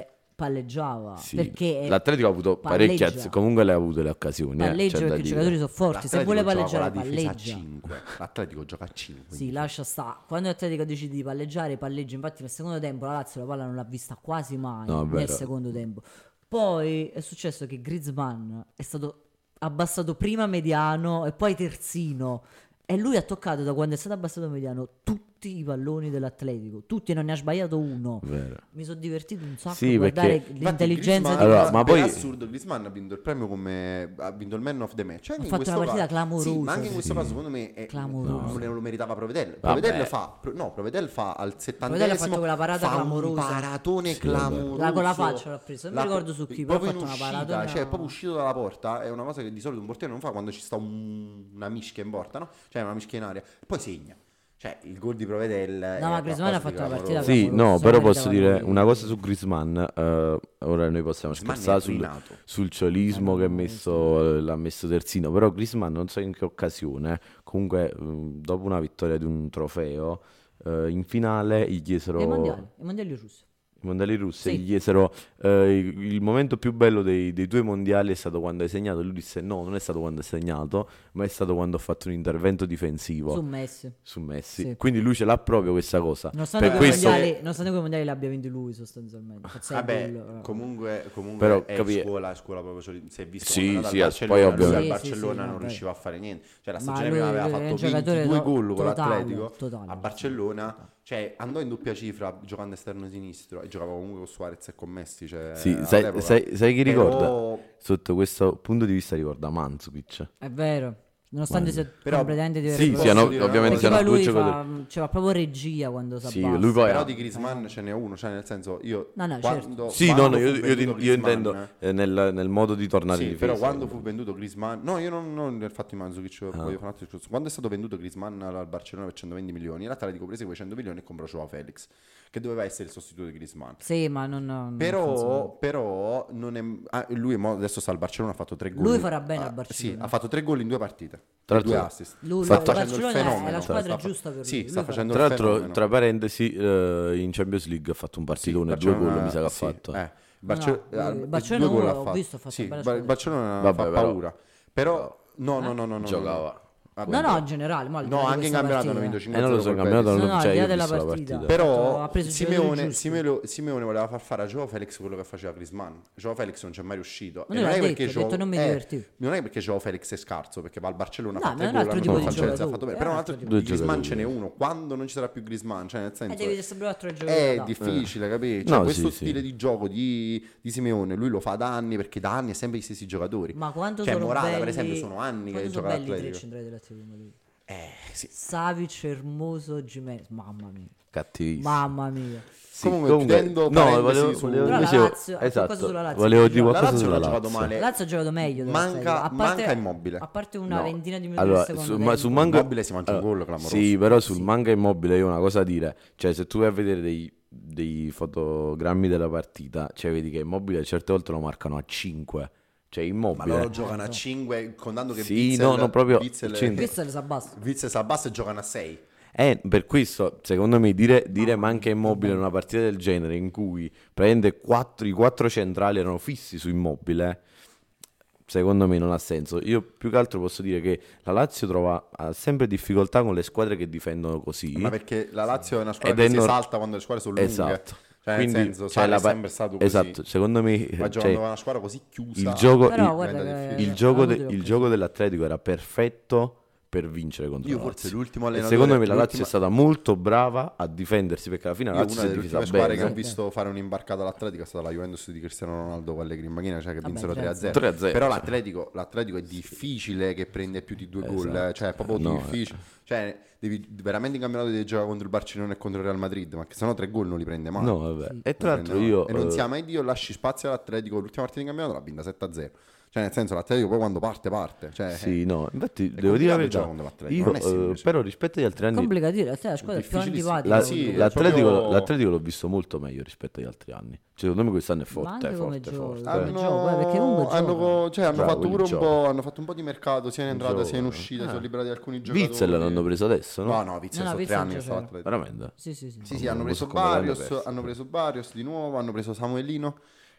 palleggiava. Sì. Perché L'Atletico ha avuto palleggia. parecchie az- comunque le ha avute le occasioni. eh, palleggia c'è da perché i dire. giocatori sono forti. Se vuole L'Atletico gioca palleggiare, con la difesa a palleggia. cinque. L'Atletico gioca a cinque. Sì, lascia sta. Quando l'Atletico decide di palleggiare, palleggia. Infatti, nel secondo tempo la Lazio la palla non l'ha vista quasi mai. No, è nel vero. secondo tempo. Poi è successo che Griezmann è stato abbassato prima mediano e poi terzino. E lui ha toccato, da quando è stato abbassato mediano, tutti i palloni dell'Atletico. Tutti, non ne ha sbagliato uno. Vero. Mi sono divertito un sacco Sì, a guardare perché- l'intelligenza di Allora, Griezmann. ma per poi- assurdo Griezmann ha vinto il premio come ha vinto il man of the match. Anche Ha in fatto questo una partita caso- clamorosa. Sì, ma anche in questo Sì. caso secondo me è, Clamorosa. non lo meritava Provedel. Vabbè. Provedel fa pro- no, Provedel fa al settantesimo Provedel ha fatto quella parata fa un clamorosa. paratone Sì, clamoroso. La- con la faccia l'ha preso, non mi La- ricordo su chi, però proprio ha fatto in una uscita, paratona- cioè è proprio uscito dalla porta, è una cosa che di solito un portiere non fa quando ci sta un- una mischia in porta, no? Cioè una mischia in aria, e poi segna. Cioè il gol di Provedel è No, ma Griezmann ha qualcosa di fatto una clamoroso. partita Sì, clamorosa, no, se però lo posso meritavano dire lui. una cosa su Griezmann. eh, ora noi possiamo Griezmann scherzare è sul, rinato. sul ciolismo che ha messo, l'ha messo terzino. Però Griezmann, non so in che occasione, comunque mh, dopo una vittoria di un trofeo, eh, in finale gli chiesero I mondiali, i mondiali russi. i mondiali russi, Sì. gli chiesero eh, il il momento più bello dei, dei tuoi mondiali è stato quando hai segnato. E lui disse no, non è stato quando hai segnato, ma è stato quando ho fatto un intervento difensivo Su Messi. su Messi. Sì. Quindi lui ce l'ha proprio questa cosa. Nonostante Per quei questo, mondiali, nonostante quei mondiali li abbia vinti lui sostanzialmente. Con sei Vabbè, gol, eh. comunque, comunque Però, è capi- scuola, è scuola proprio soli- si è visto Sì, quando è andato sì, al poi Barcellona, lui ovviamente- al Sì, Barcellona sì, sì, non vabbè. riusciva a fare niente. Cioè la Ma stagione lui- prima aveva lui è un fatto giocatore ventidue to- gol con totale, l'Atletico totale, a Barcellona, cioè andò in doppia cifra giocando esterno sinistro e giocava comunque con Suarez e con Messi, cioè, sì, sai, all'epoca. sai- sai chi Però- ricorda? Sotto questo punto di vista ricorda Mandzukic. È vero. Nonostante sia Però- completamente sì, diverso. Sì, posso sì, hanno- dire una ovviamente cosa? Perché sono poi due lui giocatori. fa, cioè, fa proprio regia quando si Sì, abbassa. lui poi Però ha- di Griezmann ce n'è uno, cioè nel senso io No, no, quando, Sì, quando no, no, fu io, io- venduto io Griezmann, intendo eh, nel, nel modo di tornare sì, in difesa. però quando fu venduto Griezmann, no, io non, non nel fatto di Mandzukic, Ah. voglio fare un altro discorso. Quando è stato venduto Griezmann al Barcellona per centoventi milioni, l'Atletico prese quei cento milioni e comprò Joao Felix, che doveva essere il sostituto di Griezmann. Sì, ma non, non Però, funziona. però non è, ah, lui mo adesso sta al Barcellona, ha fatto tre gol. Lui farà bene Ah, al Barcellona. Sì, ha fatto tre gol in due partite. Tra e due l'altro- assist. Lui- sta lui- facendo il Barcellona è fenomeno. la squadra Sta fa- giusta per Sì, lui, sta lui facendo Tra il l'altro, fenomeno. tra parentesi, eh, in Champions League ha fatto un partitone, Sì, due Barcellona- gol mi sa che ha sì, fatto. eh, Barce- No, eh, lui- due Barcellona gol uno ha l'ho fatto. visto, ha fatto Sì, una bella Bar- squadra. Barcellona Vabbè, fa però- paura. Però no, no, Eh? no, no, no. Giocava. no. Vabbè, No, no, però- in generale. mo al di No, là di anche in questa campionato hanno partita. vinto cinque a Eh, non zero lo so, in col campionato Betis. non- No, no, cioè, al di io là ho della visto la partita. partita. Però ha preso i giocatori Simeone, giusti. Simeone, Simeone voleva far fare a Joao Felix quello che faceva Griezmann. Joao Felix non c'è mai riuscito. Ma E lui non l'ha è detto, perché ha detto, Joao- non mi eh, divertivo. non è perché Joao Felix è scarso, perché va al Barcellona, No, fa ma tre è un gol, altro l'anno tipo di scorso al Chelsea ha giocatore, fatto bene. è Però un un altro altro tipo di Griezmann ce giocatore. n'è uno. Quando non ci sarà più Griezmann, cioè nel E senso devi sempre altro giocatore. è là. difficile, capire? Cioè, No, questo sì, stile sì. di gioco di, di Simeone, lui lo fa da anni perché da anni è sempre gli stessi giocatori. Ma quanto cioè, sono Morata, belli, per esempio, sono anni quanto che sono gioca belli i tre all'Atletico. centrali dell'Atletico Madrid. Eh, sì. Savic, Hermoso, Gimenez. Mamma mia. Cattivissimo. Mamma mia. Sì, Comunque, chiudendo no, parentesi volevo, su- volevo, Però la dicevo- Lazio- qualcosa esatto, sulla Lazio volevo c'è dire già. La qualcosa Lazio sulla non ha giocato Lazio. male. La Lazio ha giocato meglio. Manca- dell'Atletico. A parte- manca Immobile. A parte una No. ventina di minuti Allora, del secondo su, tempo. ma su Manca Immobile si mangia un gol clamoroso. Sì, però sul Manga Immobile io ho una cosa da dire. Cioè, se tu vai a vedere dei, dei fotogrammi della partita, cioè vedi che Immobile certe volte lo marcano a cinque. Cioè Ma Immobile. loro giocano a cinque, contando che Sì, Witzel, no, no, proprio Witzel, cinque. Questo le sa basta. Witzel sa bassa e giocano a sei. Eh, per questo, secondo me, dire, dire Manca Immobile in una partita del genere in cui prende quattro, i quattro centrali erano fissi su Immobile, secondo me non ha senso. Io più che altro posso dire che la Lazio trova ha sempre difficoltà con le squadre che difendono così. Ma perché la Lazio è una squadra Ed che è si nor- esalta quando le squadre sono lunghe. Esatto. Cioè, Quindi, nel senso, cioè, Sarri la è pa- sempre stato così. Esatto, secondo me Ma cioè, giocando con una squadra così chiusa. il gioco, Però il- guarda diventa che- difficile. il ha gioco, avuto de- le il occasioni. gioco dell'Atletico era perfetto per vincere contro Io la forse Lazio. l'ultimo E allenatore, secondo me la Lazio l'ultima- è stata molto brava a difendersi perché alla fine la Io Lazio una si è delle difesa ultime squadre che ho bene. visto fare un'imbarcata all'Atletico è stata la Juventus di Cristiano Ronaldo con Allegri in macchina, cioè che Vabbè, vinsero tre tre a a zero. tre a zero, Però sì. l'Atletico, l'Atletico è difficile che prende più di due gol, Esatto. eh, cioè è proprio No, difficile. Cioè, devi veramente in campionato devi giocare contro il Barcellona e contro il Real Madrid, ma che sennò tre gol non li prende mai. No, vabbè. Sì. E tra Non l'altro prende io mai. E non eh, sia mai Dio, lasci spazio all'Atletico. L'ultima partita di campionato l'ha vinta sette a zero. Cioè, nel senso, l'Atletico poi quando parte, parte. Cioè, sì, no, infatti è devo dire la complicato verità. giocare contro l'Atletico, Io, non è eh, semplice. però rispetto agli altri anni Complicatino, la squadra è più Difficilissimo. antipatica. la- Sì, contro- è l'Atletico, proprio- l'Atletico l'ho visto molto meglio rispetto agli altri anni. Cioè, secondo me quest'anno è Ma forte, anche è come forte, gioco, forte. come hanno, gioco, eh, perché comunque hanno, gioca. co- cioè, hanno Bravo, fatto pure un gioca. po', hanno fatto un po' di mercato sia in entrata sia in Gioca. uscita, Ah. sono liberati alcuni giocatori. Witzel l'hanno preso adesso, no? No, no, Witzel No, no, sono tre Witzel anni già che stava c'era. all'Atletico. Veramente? Sì, sì, sì. Sì, sì, Non hanno lo preso so come l'hanno Barrios, perso. hanno preso Barrios di nuovo, hanno preso Samuelino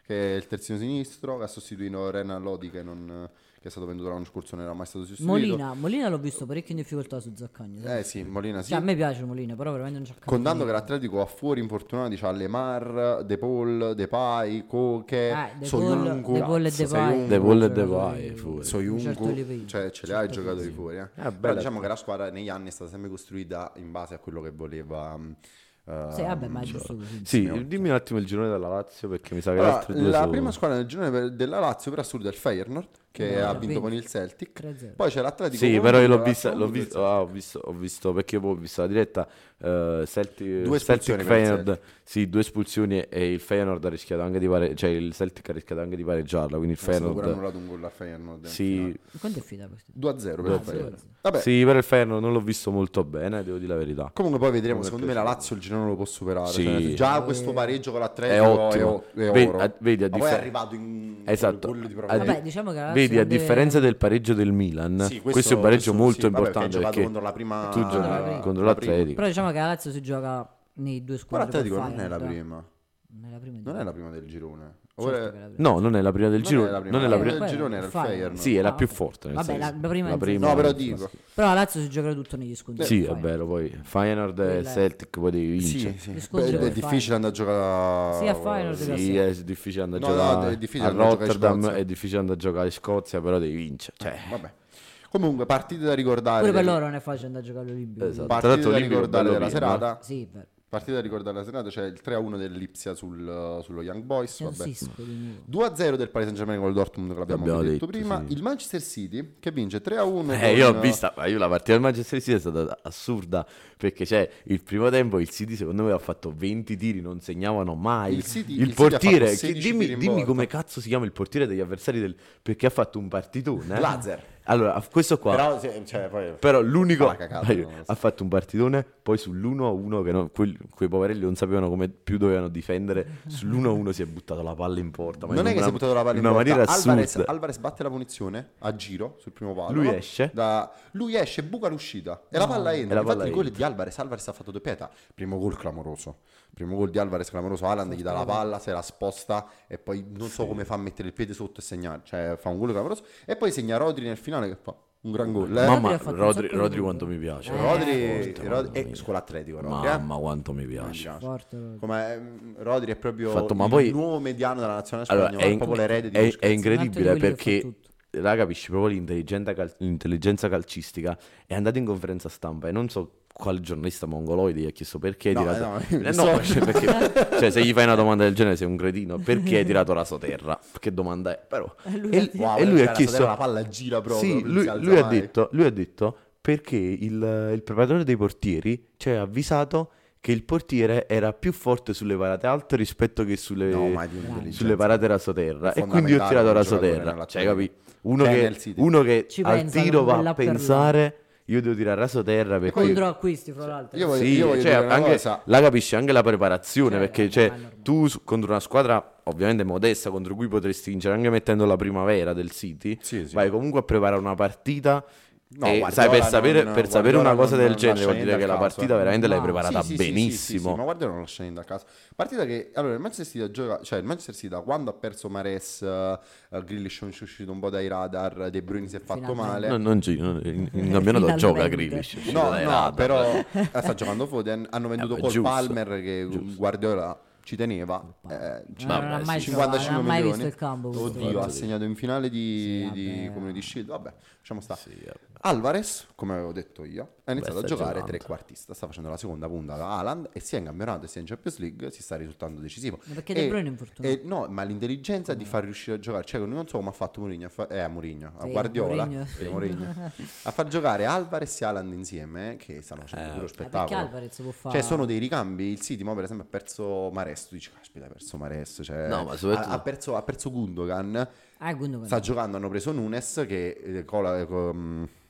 che è il terzino sinistro, che ha sostituito Renan Lodi, che, non, che è stato venduto l'anno scorso, non era mai stato sostituito. Molina, Molina l'ho visto parecchio in difficoltà su Zaccagni. sai? Eh sì, Molina sì. Cioè, a me piace Molina, però veramente non c'ha capito Contando che niente. l'Atletico ha fuori infortunati, c'ha Lemar, De Paul, Depay, Koke, Eh, De Soyuncu, Paul- De Paul e Cazzo, Depay. Soyuncu, De Paul e Giocatori Depay, fuori. di un Soyuncu, certo livello. cioè ce li ha i Certo giocatori sì. fuori. Eh. bella. Però diciamo che la squadra negli anni è stata sempre costruita in base a quello che voleva. mm, eh, Sì, vabbè, ma è giusto così. Sì, dimmi un attimo il girone della Lazio perché mi sa che le Allora, altre due la sono... prima squadra del girone per- della Lazio per assurdo è il Feyenoord, che No, ha no, vinto vedi. con il Celtic. tre a zero. Poi c'è l'Atletico. Sì, con però io l'ho la vista, l'ho Sassuolo, visto, ah, ho visto, ho visto perché poi ho visto la diretta eh, Celtic, Due Celtic espulsioni per il Feyenoord, sì, due espulsioni e il Feyenoord ha rischiato anche di pare, cioè il Celtic ha rischiato anche di pareggiarla, quindi il È stato pure Feyenoord annullato un gol a Feyenoord. in sì, finale. Quanto è finita questa? due a zero per Ah, il sì, Feyenoord. sì. Vabbè, sì, però il Feyenoord non l'ho visto molto bene, devo dire la verità. comunque poi vedremo, Non mi è secondo me la piaciuto. Lazio il girone lo può superare. Sì. Cioè, già Eh, questo pareggio con È l'Atletico è, ottimo. o- è Vedi, oro. a- vedi, a Ma poi è differ- arrivato in Esatto. gol di A- proprio. Vabbè, diciamo che la Lazio Vedi, a deve- differenza del pareggio del Milan, Sì, questo, è un pareggio questo molto sì, vabbè, importante perché ha giocato perché contro la prima tu giochi la prima. contro la prima. l'Atletico. Però diciamo che la Lazio si gioca nei due Però squadre. l'Atletico col non è la Feyenoord. prima. Non è la prima. Non è la prima del girone. Certo Ora- che è la prima. No, non è la prima del Non girone. è la prima, non è la la prima- prima del Poi girone era il Feyenoord. Feyenoord. Sì, è la Ah, più ok. forte. nel Vabbè, senso. la- la prima in senso- No, però dico. Però la Lazio si giocherà tutto negli scontri. Sì, del è Feyenoord. vero, poi Feyenoord e Quella è- Celtic poi devi vincere. Sì, sì. Gli scontri Beh, del è difficile andare a giocare. Sì, a Feyenoord che Sì, sì. è difficile andare a No, no, giocare è difficile a andare a giocare in Rotterdam, Scozia. è difficile andare a giocare in Scozia, però devi vincere. Cioè, Vabbè. Comunque, partite da ricordare. Pure per del- loro non è facile andare a giocare all'Olimpico. Esatto. Tra Partite l'altro da l'Olimpico ricordare bello della pieno, serata. Sì, beh. Partita da ricordare della serata. C'è il tre a uno dell'Ipsia sul, sullo Young Boys. Vabbè. Sisco di nuovo. due a zero del Paris Saint Germain con il Dortmund, che l'abbiamo L'abbiamo detto, detto, prima. sì. Il Manchester City che vince tre a uno. Eh, con- io ho vista, ma io la partita del Manchester City è stata assurda perché c'è il primo tempo il City secondo me ha fatto venti tiri, non segnavano mai. Il City- il il City ha portiere, fatto che- sedici dimmi, tiri in dimmi porta. come cazzo si chiama il portiere degli avversari del perché ha fatto un partitone. eh? Glazer. Allora, questo qua Però, sì, cioè, poi... Però l'unico Fa la cagata, Dai, non lo so. ha fatto un partitone, poi sull'uno a uno che non- quel- quei poverelli non sapevano come più dovevano difendere, sull'uno a uno si è buttato la palla in porta, ma Non in è che una, si è buttato la palla in una porta. maniera Alvarez, assurda. Alvarez batte la punizione a giro sul primo palo. Lui no? esce. Da- Lui esce, buca l'uscita e la palla entra. la Infatti palla il gol entra. di Alvarez, Alvarez ha fatto doppietta. Primo gol clamoroso. Primo gol di Alvarez clamoroso. Haaland gli dà la palla, se la sposta e poi non so come fa a mettere il piede sotto e segnare. Cioè fa un gol clamoroso. E poi segna Rodri nel finale che fa un gran gol. eh. Mamma, Rodri ha fatto un Rodri, sacco di Rodri gol. quanto mi piace. Eh, Rodri, forte, Rodri mamma è mia. scuola atletico. Rodri, eh. Mamma quanto mi piace. Forte, Rodri. Come mm, Rodri è proprio Fatto, ma il poi- nuovo mediano della nazionale Allora, spagnola, è, in- proprio l'erede di è- Busquets. è incredibile Un altro di quelli che perché fa tutto. là capisci proprio l'intelligenza, cal- l'intelligenza calcistica. È andato in conferenza stampa e non so quale giornalista mongoloide gli ha chiesto perché hai No, tirato eh, no, Eh, so- no, cioè, perché- cioè, se gli fai una domanda del genere sei un cretino, perché hai tirato rasoterra? Che domanda è? Però E lui e, ha Wow, e lui cioè, ha la chiesto Sodera, la palla gira proprio. sì, non lui, si alza lui ha mai. detto, lui ha detto perché il, il preparatore dei portieri ci ha avvisato che il portiere era più forte sulle parate alte rispetto che sulle, No, ma di un'intelligenza. sulle parate rasoterra È e quindi io ho fondamentale tirato per un giocatore rasoterra, nella cioè Champions. capi? Uno Cioè, che, nel City. uno che Ci al pensano, tiro va là a per là. pensare io devo tirare rasoterra perché Contro acquisti, fra l'altro. Io voglio- sì, voglio cioè, dire una anche, cosa. la capisci anche la preparazione Cioè, perché no, cioè, ma è normale. tu su- contro una squadra ovviamente modesta contro cui potresti vincere anche mettendo la primavera del City Sì, sì. vai comunque a preparare una partita No, e, Guardiola sai, per sapere, non- per sapere Guardiola una cosa non- del non genere lascia vuol dire niente che a la caso, partita eh. veramente l'hai No. preparata Sì, sì, sì, sì, benissimo. sì, sì, ma guarda non lascia niente a caso. Partita che allora il Manchester City gioca, cioè il Manchester City da quando ha perso Mares, uh, Grealish è uscito un po' dai radar, De Bruyne si è fatto Finalmente. male. No, non ci- non- in, in campionato Finalmente. gioca Grealish uscito No, dai no, radar. però eh, sta giocando Foden, hanno venduto Eh, beh, Cole giusto, Palmer che Guardiola ci teneva. Eh, Eh, Vabbè, non ha mai sì, giocato, non cinquantacinque ha mai milioni. visto il campo. questo. Oddio, ha segnato in finale di, Sì, di vabbè. Community Shield. Vabbè, lasciamo stare. Sì, vabbè. Alvarez, come avevo detto io, ha iniziato sta a giocare giocando. trequartista. Sta facendo la seconda punta da Haaland e sia in campionato sia in Champions League si sta risultando decisivo. Ma perché E- De Bruyne è infortunato? e no, ma l'intelligenza di far riuscire a giocare, cioè non so come ha fatto Mourinho, a fa- eh, a Mourinho, a Sì, Guardiola, Mourinho. sì, Mourinho, a far giocare Alvarez e Haaland insieme, che stanno facendo Eh, pure lo Eh, perché spettacolo. Alvarez può fare... Cioè sono dei ricambi, il City mo per esempio ha perso Mares, tu dici caspita ha perso Mares, cioè, No, ma ha, soprattutto- ha perso, ha perso Gundogan, Ah, Gundogan. sta giocando, hanno preso Nunes che eh, cola, eh, co- mh,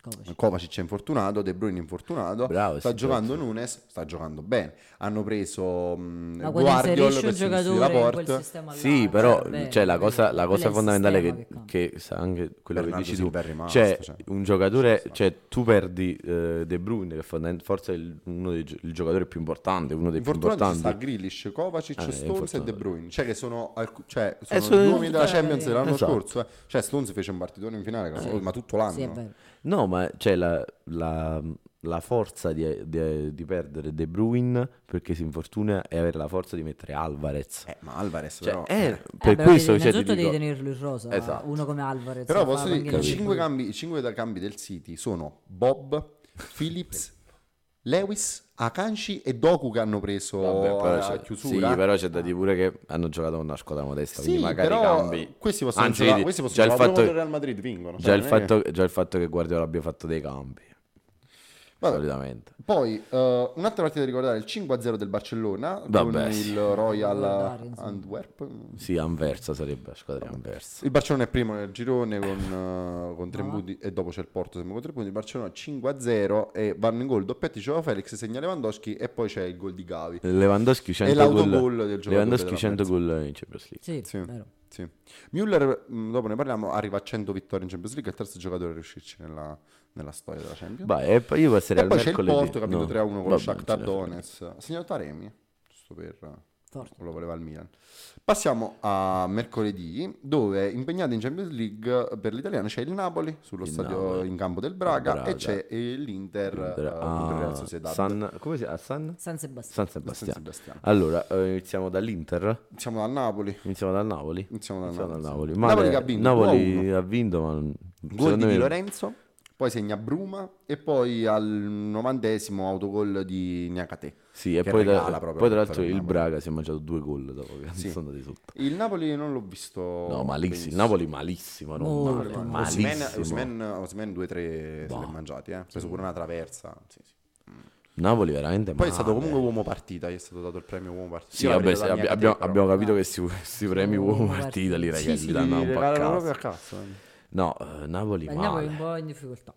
Kovacic. Kovacic è infortunato, De Bruyne è infortunato, Bravo, sta sì, giocando bravo, sì. Nunes, sta giocando bene. Hanno preso mh, Ma quando Guardiol inserisci per un sinistro di giocatore in quel Laporte. sistema là, Sì, eh, però bene, cioè, la capito? cosa, la Quello cosa è il fondamentale sistema che, cambia. che sa anche quello Bernardo che dici tu, Silva è rimasto, cioè cioè. un giocatore, cioè tu perdi eh, De Bruyne che fondament- forse è il, uno dei gio- il giocatore più importante, uno dei più Infortunati ci sta importanti. Grealish, Kovacic, Eh, Stones e infortunato. De Bruyne, cioè che sono, alc- cioè, Eh, sono sono- gli uomini della Tutta la Champions dell'anno Esatto. scorso. eh. Cioè Stones fece un partitone in finale, cazzo, ma tutto l'anno. Sì, è vero. No, ma c'è la, la- la forza di, di- di perdere De Bruyne perché si infortuna e avere la forza di mettere Alvarez. Eh, ma Alvarez Cioè, però... è eh. per Eh, però questo devi- cioè, ti innanzitutto devi dico, tenerlo in rosa, Esatto. uno come Alvarez. Però fa posso dire che panchina i di cinque, Bruyne. cambi, i cinque da cambi del City sono Bob, Phillips, Lewis, Akanji e Doku che hanno preso vabbè, però a c'è, chiusura. sì, però c'è da dire pure che hanno giocato con una squadra modesta, Sì, quindi magari però cambi. questi possono Anzi, giocare, vedi, questi già possono il giocare fatto, pure contro il Real Madrid vincono. già cioè, il non è che- fatto, già il fatto che Guardiola abbia fatto dei cambi, Vabbè. solitamente. Poi eh, un'altra partita da ricordare, il cinque a zero del Barcellona Vabbè, con sì. il Royal Ricordare, insomma. Antwerp. Sì, Anversa sarebbe la squadra di Anversa. Il Barcellona è primo nel girone con, eh, con tre punti e dopo c'è il Porto sempre con tre punti. Il Barcellona cinque a zero e vanno in gol doppiati Joao Felix, segna Lewandowski e poi c'è il gol di Gavi. Lewandowski E cento l'autogol gol, del giocatore Lewandowski della cento Barça. gol in Champions League. Sì, Sì. vero. Sì. Müller, mh, dopo ne parliamo, arriva a cento vittorie in Champions League, è il terzo giocatore a riuscirci nella, nella storia della Champions. Vai, e poi io passerei E al poi c'è il mercoledì. Porto che ha vinto No, tre a uno con vabbè, lo Shakhtar non ce ne frega. Donetsk. Ha segnato Taremi, giusto per... Forte. lo voleva il Milan. Passiamo a mercoledì, dove impegnato in Champions League per l'italiano c'è il Napoli sullo Il stadio Napoli. in campo del Braga, Braga. e c'è l'Inter Inter- eh, contro il Real ah, Sociedad. San, come si chiama? San? San Sebastiano. San Da San Sebastiano. Sebastiano. Allora, eh, iniziamo dall'Inter. Iniziamo dal Napoli. Iniziamo dal Napoli. Iniziamo dal Iniziamo Napoli, dal sì. Napoli. Napoli Male- che ha vinto Napoli due a uno. ha vinto, ma Gol secondo di me- Di Lorenzo, poi segna Bruma e poi al novantesimo autogol di Niakate. Sì, e che poi, tra- regala proprio poi tra la l'altro vittoria il al Napoli. Braga si è mangiato due gol dopo che Sì. sono andati sotto. Il Napoli non l'ho visto. No, malissimo. Il benissimo. Napoli malissimo, non Molto male, male. malissimo. Osimhen, Osimhen due tre se Boh. li ha mangiati, eh. Ha preso pure una traversa. Sì, sì. Napoli veramente Poi male. è stato comunque uomo partita, gli è stato dato il premio uomo partita. Sì, Io vabbè, l'avrei sì, dato a abbi- Niakate, abbiamo, però. abbiamo capito che questi premi Uomo uomo partita. partita li, Sì, regali, sì, li danno un po' a regalano caso. proprio a cazzo. eh. No, eh, Napoli Ma il Napoli è male. un po' in difficoltà.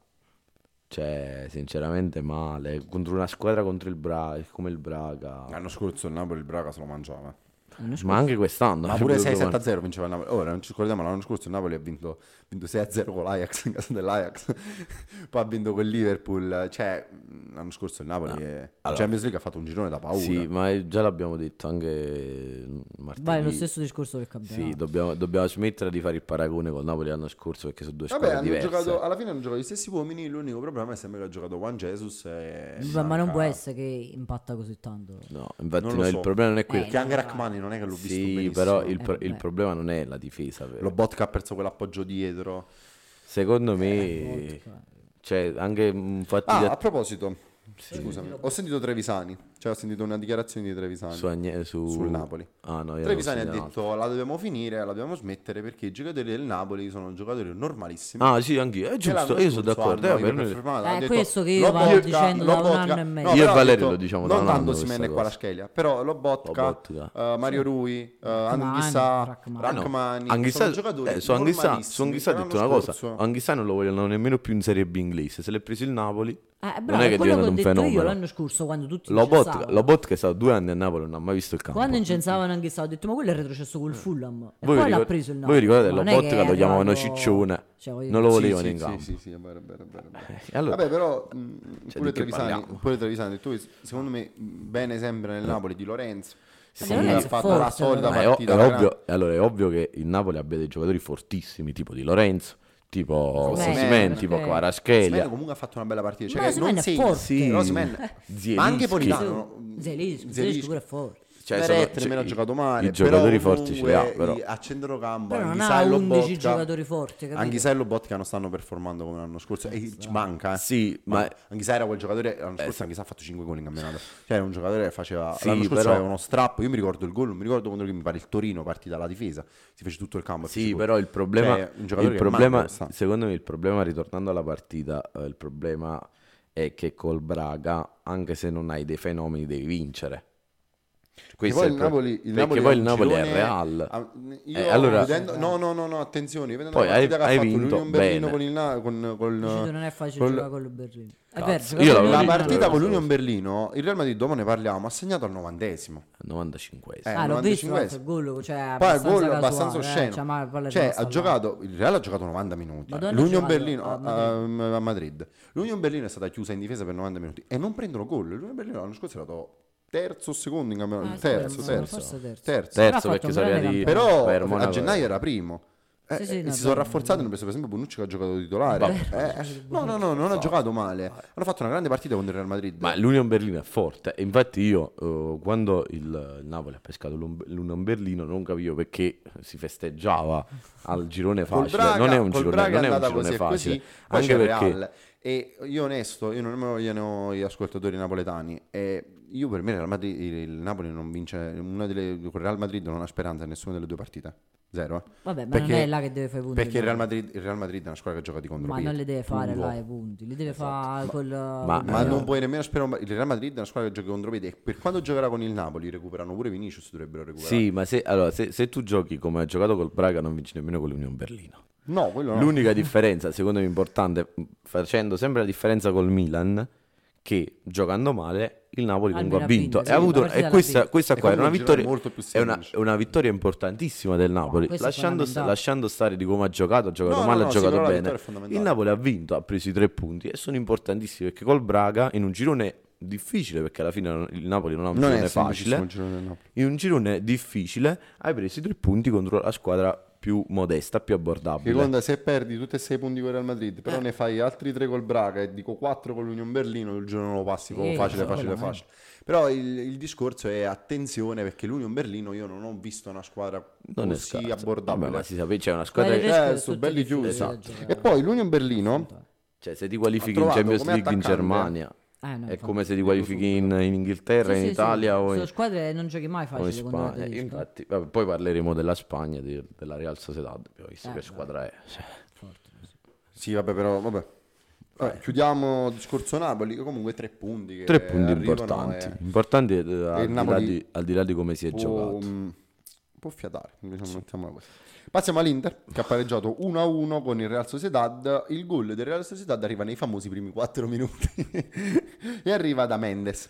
Cioè, sinceramente male. Contro una squadra contro il Braga, come il Braga. L'anno scorso il Napoli il Braga se lo mangiava. L'anno scorso- Ma anche quest'anno. Ma ha pure potuto sei sette a man- zero vinceva il Napoli. Ora non ci ricordiamo, l'anno scorso il Napoli ha vinto, vinto sei a zero con l'Ajax in casa dell'Ajax. Poi ha vinto con il Liverpool. Cioè, l'anno scorso il Napoli è... allora- la Champions League ha fatto un girone da paura. Sì, ma già l'abbiamo detto anche martedì. Vai, lo stesso discorso del campionato. Sì, dobbiamo, dobbiamo smettere di fare il paragone col Napoli l'anno scorso perché sono due Vabbè, squadre hanno diverse. giocato, alla fine hanno giocato gli stessi uomini. L'unico problema è sempre che ha giocato Juan Jesus. E Ma, ma non manca- può essere che impatta così tanto. No, infatti Non lo no, so. il problema non è quello. Eh, Che anche no, Rachmani non è che l'ho visto sì, benissimo. però il, Eh, pro- il vabbè. problema non è la difesa. vero. Lo bot che ha perso quell'appoggio dietro. Secondo me, Eh, cioè, anche un fatto Ah, di a proposito, scusami, ho sentito Trevisani. Cioè, ho sentito una dichiarazione di Trevisani su, Agne- su- sul Napoli. Ah, no, io Trevisani ha non ho segnalato. detto la dobbiamo finire, la dobbiamo smettere perché i giocatori del Napoli sono giocatori normalissimi. Ah, sì, anch'io. È Che giusto, l'anno io sono scorso d'accordo. hanno eh, per noi- iperperformato. Eh, Ha detto, questo che io Lobotka- vado dicendo da un Lobotka- anno e mezzo. no, Io però e ha Valerio detto, lo diciamo da non un anno tanto questa Osimhen e cosa. Kvaratskhelia, però Lobotka, Lobotka. eh, Mario Rui, eh, Rachmani, Anghissà, Rachmani. Rachmani, Anghissà, sono giocatori eh, su Anghissà, su normalissimi Anghissà ha che detto l'anno una cosa. scorso- Anghissà non lo vogliono nemmeno più in Serie B inglese. Se l'è preso il Napoli, Eh, non bravo, è è che quello che diventa ho un detto io fenomeno. l'anno scorso quando tutti Lobotka, incensavano. Lobotka è stato due anni a Napoli, non ha mai visto il campo. Quando incensavano anche stato, ho detto ma quello è retrocesso col Fulham. E Voi poi vi l'ha ricor- preso il voi Napoli. vi ricordate Ma non è che Lobotka è lo chiamavano arrivato- Ciccione, Cioè, voglio non lo Sì, volevano sì, in sì, campo. sì, sì, è vero, è vero, è vero, è vero. E allora- Vabbè, però mh, Cioè, pure, di che Trevisani, parliamo? pure Trevisani, tu, secondo me, mh, bene sempre nel Napoli di Lorenzo. Sì, Secondo me Lorenzo ha è fatto la forte, solita Ma è, o- partita. è alla ovvio, allora è ovvio che il Napoli abbia dei giocatori fortissimi, tipo di Lorenzo, tipo Osimhen, Osimhen, tipo perché- Osimhen Kvaratskhelia. comunque ha fatto una bella partita. Cioè Ma che Osimhen non è segna. forte. Sì, Però Osimhen- Zielinski. ma anche Politano. Zelischi, Zielinski. Zelischi pure è forte. Cioè, Verratti sono- cioè, nemmeno ha i- giocato male. I giocatori però forti ce li ha, comunque però. i- a centrocampo Però non Anghissà ha e undici Lobotka. giocatori forti, capito? Anghissà e Lobotka non stanno performando come l'anno scorso. E ci manca, eh. Sì, Ma ma Anghissà era quel giocatore. L'anno scorso Anghissà ha fatto cinque gol in campionato. Cioè, era un giocatore che faceva. Sì, l'anno scorso però- aveva uno strappo. Io mi ricordo il gol. Non mi ricordo contro chi mi pare il Torino, partita alla difesa. Si fece tutto il campo. e fece sì, gol. però il problema, Cioè, un giocatore il che problema manca quest'anno. secondo me il problema, ritornando alla partita, eh, il problema è che col Braga, anche se non hai dei fenomeni, devi vincere. Questo poi è il il pro- Napoli, il perché Napoli poi è il un Napoli è girone- Real. ah, Io Eh, allora- vedendo, no, no, no, no, attenzione, vedendo Poi la partita hai- che ha hai fatto vinto l'Union Berlino bene. con il Na- con, con, Dici tu, non è facile col- giocare con il Berlino. È Cazzo, vero, io giocare con l'avevo la il vinto, Berlino partita non con è l'Union Berlino, il Real Madrid, dopo ne parliamo, ha segnato al novantesimo. novantacinque. Eh, Ah, l'ho visto novantacinquesimo. il gol, cioè Poi il abbastanza gol casuale, abbastanza eh, osceno. cioè, ma la palla è Cioè, rimasta ha là. giocato, il Real ha giocato novanta minuti. Madonna, ha L'Union giocato Berlino a a, a Madrid. L'Union Berlino è stata chiusa in difesa per novanta minuti e non prendono gol. L'Union Berlino l'anno scorso è stato terzo o secondo in campionato. Ah, sì, terzo, sì, terzo, forse terzo. terzo. Però ha Terzo fatto perché un sono grande arrivati campionato. Però per Monaco. a gennaio era primo. Eh, Sì, sì, e no, si sono vero, rafforzati, hanno preso per esempio Bonucci che ha giocato titolare. Vabbè. Eh, eh, no, no, no, non ha giocato male. Hanno fatto una grande partita contro il Real Madrid. Ma l'Union Berlino è forte. E infatti io, eh, quando il, il Napoli ha pescato l'Un- l'Union Berlino, non capivo perché si festeggiava al girone Col facile. Braga- non è un col girone, Braga non è un andata girone così e facile. così, poi Anche c'è il perché Real. E io onesto, io non me lo vogliono gli ascoltatori napoletani. E io per me il, Real Madrid- il Napoli non vince, una delle, con il Real Madrid non ha speranza in nessuna delle due partite. Zero. eh. Vabbè, ma Perché- non è là che deve fare i punti. Perché il Real Madrid, il Real Madrid è una squadra che gioca di Ma contropiede. non le deve fare Punto. là i punti, li deve fare col... ma- Ma Eh, non puoi nemmeno sperare. Il Real Madrid è una squadra che gioca di contropiede. E per quando giocherà con il Napoli, recuperano pure Vinicius. Dovrebbero recuperare. sì, ma se, allora, se, se tu giochi come hai giocato col Braga, non vinci nemmeno con l'Union Berlino. No, quello no. L'unica differenza, secondo me importante, facendo sempre la differenza col Milan, che giocando male il Napoli comunque ha Almeno ha vinto. vinto, E, ha sì, avuto- la partita e l'ha questa, vinta. questa E qua era una comunque un girone vittoria, molto più è una, semplice. è una vittoria importantissima del Napoli. questo è lasciando, fondamentale. lasciando stare di come ha giocato, ha giocato No, no, male, no, ha sì, giocato però la bene. vittoria è fondamentale. Il Napoli ha vinto, ha preso i tre punti e sono importantissimi perché col Braga, in un girone difficile, perché alla fine non- il Napoli non ha un Non girone è facile, facile. Il girone del Napoli. in un girone difficile hai preso i tre punti contro la squadra più modesta, più abbordabile. Seconda, se perdi tutti e sei punti con il Real Madrid, Eh. però ne fai altri tre col Braga e dico quattro con l'Union Berlino, il giorno lo passi Sì, proprio facile, sì, facile, quello, facile. Però il, il discorso è attenzione perché l'Union Berlino io non ho visto una squadra Non è così scarso. abbordabile. Vabbè, ma si sapeva, c'è una squadra Quelle che- tre- Eh, sono sono tutte belli difficili chiusi. da Esatto. giocare. E poi l'Union Berlino cioè se ti qualifichi in trovato Champions come League in attaccante- Germania Eh, no, è infatti. come se ti qualifichi in, in Inghilterra, Sì, in sì, Italia sì. o in, Sono squadre non giochi mai o in facile contro la Spagna. tedesca. Infatti, vabbè, poi parleremo della Spagna, di- della Real Sociedad, abbiamo visto Eh, che vabbè. squadra è. Cioè, Forte, sì. sì, vabbè, però vabbè. Vabbè, chiudiamo il discorso Napoli, comunque tre punti che tre punti arrivano importanti, e importanti eh, al, di Napoli là di, al di là di come si è può, giocato. mh, può fiatare, diciamo, mettiamola così. Passiamo all'Inter che ha pareggiato uno a uno con il Real Sociedad. Il gol del Real Sociedad arriva nei famosi primi quattro minuti e arriva da Mendes.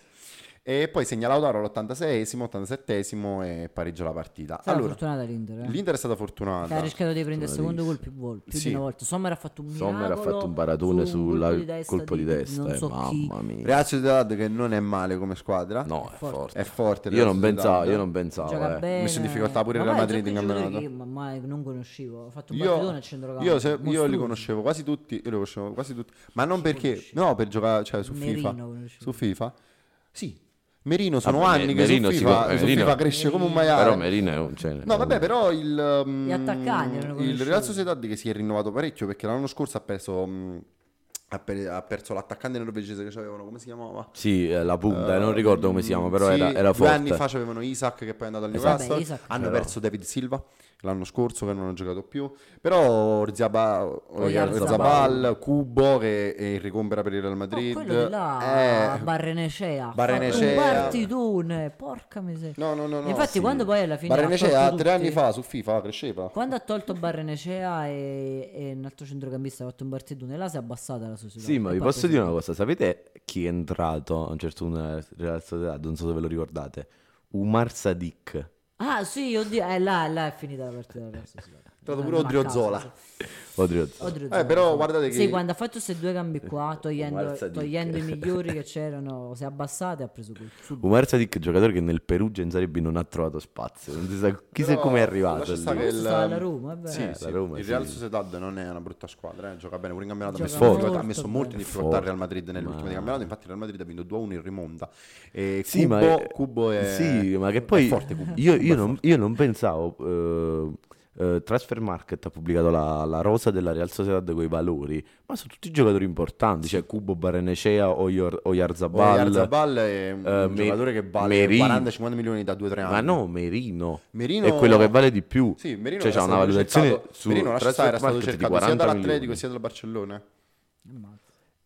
E poi segna Lautaro all'ottantaseiesimo, ottantasettesimo e pareggia la partita. Stata Allora, fortunata l'Inter, eh. l'Inter è stata Che ha fortunata. rischiato di prendere il secondo gol più, vol- più Sì. di una volta. Sommer ha fatto un miracolo. Sommer ha fatto un paratone su un sulla colpo di testa colpo di testa, non eh, so chi. mamma mia. Real Sociedad che non è male come squadra. No, è forte. forte. È forte. il Io Real non Sociedad. pensavo, io non pensavo, Gioca eh. bene. Messo in difficoltà pure il Ma Real poi Madrid gioca in con giocatori campionato. che ma mai non conoscevo. Ha fatto un Io, partitone a centrocampo. io, se- io li mostruoso. conoscevo quasi tutti, io li conoscevo quasi tutti, ma non perché, no, per giocare, cioè su Merino FIFA, conoscevo. su FIFA, sì, Merino sono Vabbè, anni Me- che Merino su si FIFA, può- su Merino- FIFA cresce come un Merino. maiale. Però Merino è un cioè, No, vabbè, però il, um, Gli attaccanti erano il conosciuti. Real Sociedad che si è rinnovato parecchio perché l'anno scorso ha perso, um, ha, per- ha perso l'attaccante norvegese che avevano, come si chiamava? Sì, eh, la punta, eh, non ricordo come si chiama, però Sì, era, era due forte. anni fa avevano Isaac che poi è andato al Esatto. Newcastle. Vabbè, Isaac. Hanno Però- perso David Silva l'anno scorso che non hanno giocato più. Però Orzaba- Oyarzabal. Oyarzabal, Cubo che è ricombra per il Real Oh, Madrid. quello di là, Eh, Barrenecea. Barrenecea. Un partitone, porca miseria. no, no, no, no. Infatti sì. quando poi alla fine ha Barrenecea tolto tre anni tutti- fa su FIFA cresceva. Quando ha tolto Barrenecea e, e un altro centrocampista ha fatto un partitone, là si è abbassata la società. Sì, ma E vi poi posso ha dire preso- una cosa, sapete chi è entrato a un certo punto nella Real Sociedad? Non so se ve lo ricordate. Umar Sadik. Ah sì, oddio, eh, là, là è finita la partita della società. È stato Non pure a Odriozola. caso, sì. Oddio. Odrio Eh, Zola, però sì. guardate che- Sì, quando ha fatto questi due cambi qua, togliendo, Umar Sadik. togliendo i migliori che c'erano, si è abbassato e ha preso quel subito. Umar Sadik, giocatore che nel Perugia in Serie B non ha trovato spazio. Non si sa chissà Però come è arrivato. lascia lì. stare che Questo il- sta alla Roma, vabbè. Sì, Eh, sì. la Roma, il sì. Real Sociedad non è una brutta squadra, eh. Gioca bene, pure in campionato ha Gioca messo, in molto difficoltà- ha messo molto in bene. difficoltà il Forte. Real Madrid nelle Ma- ultime di campionato, infatti il Real Madrid ha vinto due a uno in rimonta. E Sì, Cubo, ma è, Cubo è sì, ma che è poi forte Cubo. io, Cubo io è non, forte. io non pensavo. eh, eh, Transfer Market ha pubblicato la, la rosa della Real Sociedad con i valori, ma sono tutti giocatori importanti. C'è Cubo, Barrenecea, Oyor- Oyarzabal. Oyarzabal è un eh, Me- giocatore che vale Merino. quaranta cinquanta milioni da due o tre anni. Ma no, Merino. Merino È quello che vale di più. Sì, Merino Cioè, era c'ha una stato valutazione cercato- su Merino lascia stare, era stato Transfermarkt di cercato sia quaranta dall'Atletico milioni. sia dal Barcellona. Ammazza.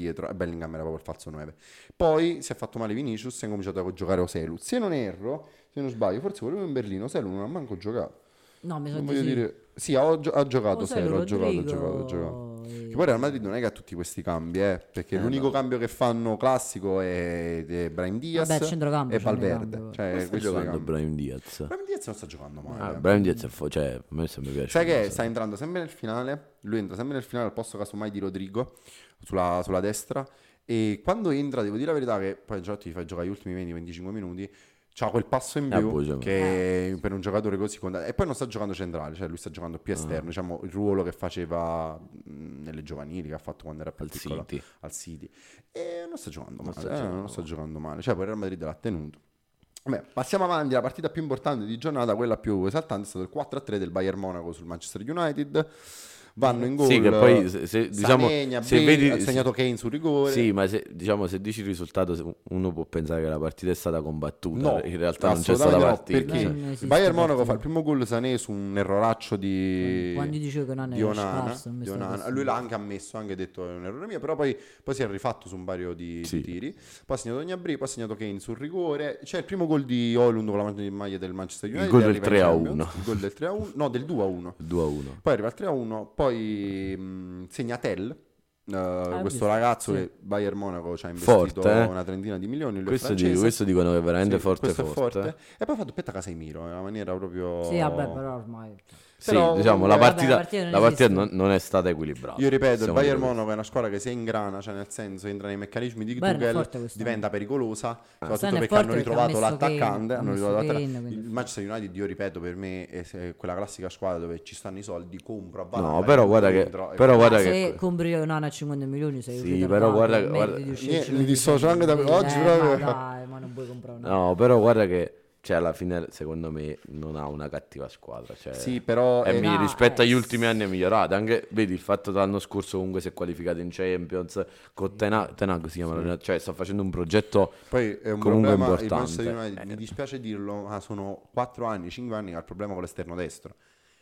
dietro e Bellingham era proprio il falso nove. Poi si è fatto male Vinicius e ha cominciato a giocare Oselu. Se non erro, se non sbaglio, forse quello in Berlino, Selu non ha manco giocato. No, mi sa Non di voglio sì. dire, sì, ha, gio- ha giocato O Selu, Selu, ha giocato, ha Rodrigo giocato, ha giocato. e- Che poi Real Madrid non è che ha tutti questi cambi, eh, perché Eh, l'unico no. cambio che fanno classico è, è Brahim Diaz Vabbè, centrocampo, e Valverde. centrocampo. Cioè, Ma sta questo è il giocando cambio. Brahim Diaz. Brahim Diaz non sta giocando male. Ah, eh. Brahim Diaz è fo- cioè, a me se mi piace. Sai che non so. sta entrando sempre nel finale, lui entra sempre nel finale al posto casomai di Rodrigo sulla, sulla destra e quando entra, devo dire la verità che poi Già ti fai giocare gli ultimi venti venticinque minuti, c'ha quel passo in Eh, più boh, cioè, che per un giocatore così conta- e poi non sta giocando centrale, cioè lui sta giocando più esterno, diciamo il ruolo che faceva mh, nelle giovanili, che ha fatto quando era più Al piccolo City. al City e non sta giocando Non male, sta eh, giocando non sta giocando male, cioè poi il Real Madrid l'ha tenuto. Vabbè, passiamo avanti, la partita più importante di giornata, quella più esaltante, è stato il quattro a tre del Bayern Monaco sul Manchester United. Vanno in gol. Sì, che poi se, se, diciamo, Sané, se Bale, vedi, ha segnato Kane sul rigore. sì, ma se, diciamo, se dici il risultato, se- uno può pensare che la partita è stata combattuta. No, In realtà non c'è stata assolutamente no, partita. perché Non cioè. esiste il Bayern Monaco partita. fa il primo gol Sané su un erroraccio di Quando dicevo che non di era Onana, scarso, non mi di sta Onana. passando. Lui l'ha anche ammesso, ha anche detto è un errore mio, però poi, poi si è rifatto su un paio di, Sì. di tiri, poi ha segnato Gnabry, poi ha segnato Kane sul rigore, c'è il primo gol di Højlund con la maglia del Manchester United, gol del arriva in tre a Champions, uno. il gol del tre a uno, no del due a uno. due a uno. Poi arriva il tre a uno, poi mh, segna Tell, eh, questo visto, ragazzo sì. che Bayern Monaco ci ha investito Forte, eh? una trentina di milioni. Lui è Questo, di- francese. questo dicono che è veramente Sì, forte, questo è forte. E poi ha fatto petta Casemiro in una maniera proprio... Sì, vabbè, però ormai. Sì, Però, diciamo, la vabbè, partita, la partita non la partita esiste. non, non è stata equilibrata. Io ripeto, il Siamo Bayern di Monaco è una squadra che si ingrana, cioè nel senso entra nei meccanismi di Bayern è Tuchel, forte quest'anno. diventa pericolosa, soprattutto Quest'anno è perché forte hanno perché ritrovato ha messo l'attaccante, Kane, ha hanno messo ritrovato Kane, l'attaccante. quindi- Il Manchester United, io ripeto, per me è se- quella classica squadra dove ci stanno i soldi, compro a valanga, No, però li guarda butto che- dentro e però poi- guarda Ma che- se compri Onana a cinquanta milioni sei Sì, un però ritardato, guarda- meriti guarda- di Niente, uscirci mi con dissocio anche da- i- oggi eh, proprio- ma dai, ma non puoi comprare una. No, però guarda che cioè, alla fine secondo me non ha una cattiva squadra. Cioè, Sì, però... e eh, mi- no, rispetto eh, agli ultimi anni è migliorata. Anche vedi il fatto che l'anno scorso comunque si è qualificato in Champions con Tenag, Tenag si chiama, l'allenatore, cioè sta facendo un progetto. Poi è un comunque problema, il importante. Manchester United, Eh. mi dispiace dirlo, ma sono quattro anni, cinque anni che ha il problema con l'esterno destro.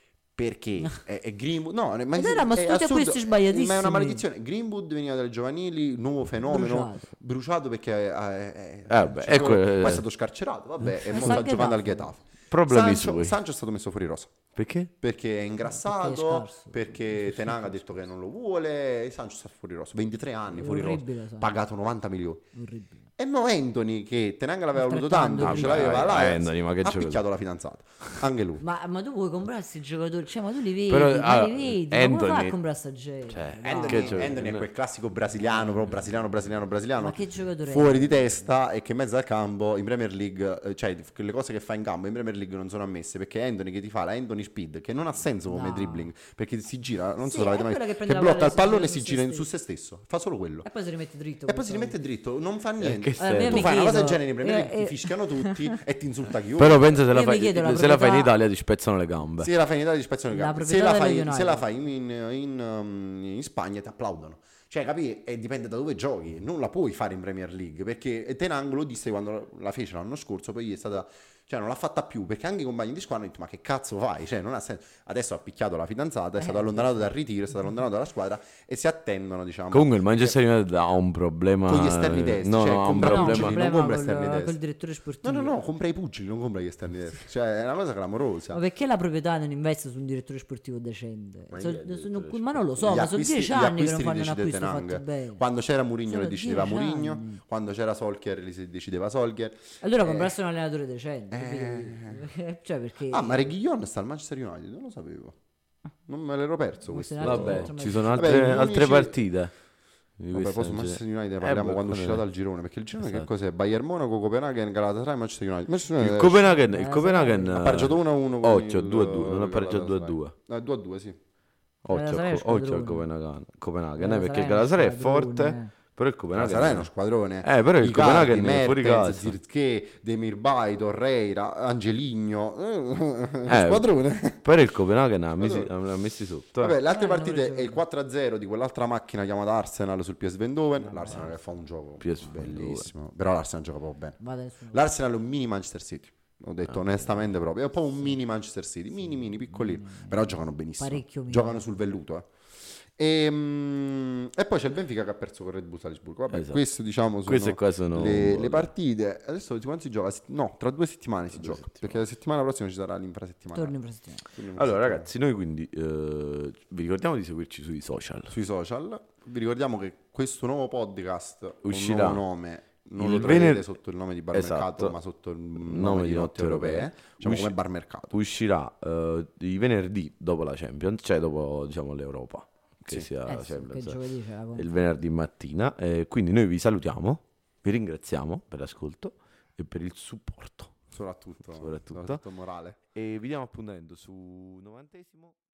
Perché è, è Greenwood, no, ma, Ed era, ma è tutti assurdo, questi sbagliatissimi. ma è una maledizione. Greenwood veniva dalle giovanili, nuovo fenomeno, Bruciato. bruciato, perché è, è- è- vabbè, cioè, ecco, poi eh. è stato scarcerato, vabbè, e Ma mo sta sta al giocando al Getafe. Getafe. Problemi Sancho, suoi. Sancho è stato messo fuori rosa. Perché? Perché è ingrassato, Perché perché, è scarso. Tenag ha detto che non lo vuole, e Sancho sta fuori rosa, ventitré anni fuori rosa, Orribile, Sancho. pagato novanta milioni. Orribile. E mo Anthony, che Tenag l'aveva voluto Altrettanto tanto, ce orribile. l'aveva Eh, là, Anthony, ma che ha giocatore. picchiato la fidanzata, anche lui. Ma, ma tu vuoi comprare questi giocatori? Cioè, ma tu li vedi, Però, ma ah, li vedi? Ma come Anthony- fai a comprare sta gente? Cioè, Dai. Anthony, Che gioca- Anthony è quel classico brasiliano, proprio brasiliano, brasiliano, brasiliano, Ma che giocatore è? fuori di testa e che in mezzo al campo in Premier League, eh, cioè le cose che fa in campo in Premier League non sono ammesse, perché Anthony che ti fa la Anthony Speed, che non ha senso come No. dribbling, perché si gira, non so Sì, se l'avete è mai quella che visto, prende che la blocca il palla e pallone e si si gira gira su in se su se stesso, fa solo quello. E poi si rimette dritto. E poi si questo. rimette dritto, non fa niente. che Eh, senso? io Tu mi fai una cosa del chiedo- genere in Premier League, eh, ti eh, fischiano tutti e ti insulta chiunque. Però pensa se la Io mi fai, chiedo, la se la fai in proprietà- Italia ti spezzano le gambe. Se la fai in Italia ti spezzano le La gambe. Se proprietà la dello fai, se la United. fai in, in, in, um, in Spagna ti applaudono. Cioè, capi? E dipende da dove giochi. Non la puoi fare in Premier League. Perché Tenang lo disse quando la fece l'anno scorso. Poi gli è stata. Cioè, non l'ha fatta più. Perché anche i compagni di squadra hanno detto: ma che cazzo fai? Cioè, non ha senso. Adesso ha picchiato la fidanzata. È stato Eh, allontanato dal ritiro. È stato allontanato dalla squadra. E si attendono, diciamo. Comunque il Manchester United ha un problema Con gli esterni destri, No, cioè, no, ha un compra- No, un problema. non problema compra col, esterni destri. col direttore sportivo. No, no, no. Compra i pugili, non compra gli esterni destri. Cioè, è una cosa clamorosa. Ma perché la proprietà non investe su un direttore sportivo decente? Ma So- chi è il so- direttore non- sportivo? ma non lo so, Gli ma sono acquisti- dieci gli anni che acquisti non li fanno un decide acquisto Tenag. fatto bene. Quando c'era Mourinho Sono li decideva dieci Mourinho, anni. quando c'era Solskjaer li si decideva Solskjaer. Allora Eh, comprarsi un allenatore decente. eh. capito? Cioè, perché... Ah, ma Reguilon sta al Manchester United, non lo sapevo. Non me l'ero perso Ma questo. se ne ha- Vabbè, Vabbè, ci sono Vabbè, altre, gli altre unici- partite. Di Vabbè, questa poi su non c'è- Manchester United Eh, parliamo boh, quando quello uscirà è- dal girone, perché il girone che Esatto. cos'è? Bayern Monaco, Copenaghen, Galatasaray, Manchester United. Manchester United Il esce. Copenaghen, il Eh, Copenaghen sì. ha pareggiato uno a uno con Occhio, il- due a due, non ha il pareggiato due a Galatasaray. due. Eh, due a due, sì. Occhio, Galatasaray è al Co- occhio al squadrone. Copenaghen, Copenaghen, eh, Galatasaray perché il è Galatasaray è squadrone, forte, eh. però il Copenaghen Galatasaray è uno squadrone. Eh, però il Icardi, Copenaghen è fuori Mertens, casa. Zirkzee, Demirbay, Torreira, Angeligno. Eh, Squadrone. Però il Copenaghen ha messi, ha messi sotto. eh. Vabbè, le altre Eh, non partite vorrei è il quattro a zero di quell'altra macchina chiamata Arsenal sul P S V Eindhoven. L'Arsenal che fa un gioco P S V bellissimo, però l'Arsenal gioca proprio bene. Vada nessuno. L'Arsenal è un mini Manchester City. Ho detto Ah, onestamente proprio. È un po' un mini Manchester City, mini mini piccolino, però giocano benissimo. Parecchio mini. Giocano sul velluto, eh. E, mm, e poi c'è il Benfica che ha perso con Red Bull Salisburgo. Vabbè, Esatto. queste diciamo sono, Queste qua sono le, gol. le partite. Adesso quando si gioca? No, tra due settimane si Due gioca. settimane. Perché la settimana prossima ci sarà l'infrasettimana. Torno in frasettimana. Allora ragazzi, noi quindi eh, vi ricordiamo di seguirci sui social. Sui social. Vi ricordiamo che questo nuovo podcast Uscirà un nuovo nome. Non il lo troverete venerdì- sotto il nome di Bar Mercato, Esatto. ma sotto il nome, Nome di Notti Europee. Diciamo Usci- come Bar Mercato. Uscirà eh, i venerdì dopo la Champions, cioè dopo diciamo l'Europa, che Sì. sia Eh la sì, Champions, che giovedì c'è la conferenza. il venerdì mattina. Eh, quindi noi vi salutiamo, vi ringraziamo per l'ascolto e per il supporto. Soprattutto, Soprattutto. soprattutto morale. E vi diamo appuntamento su novantesimo.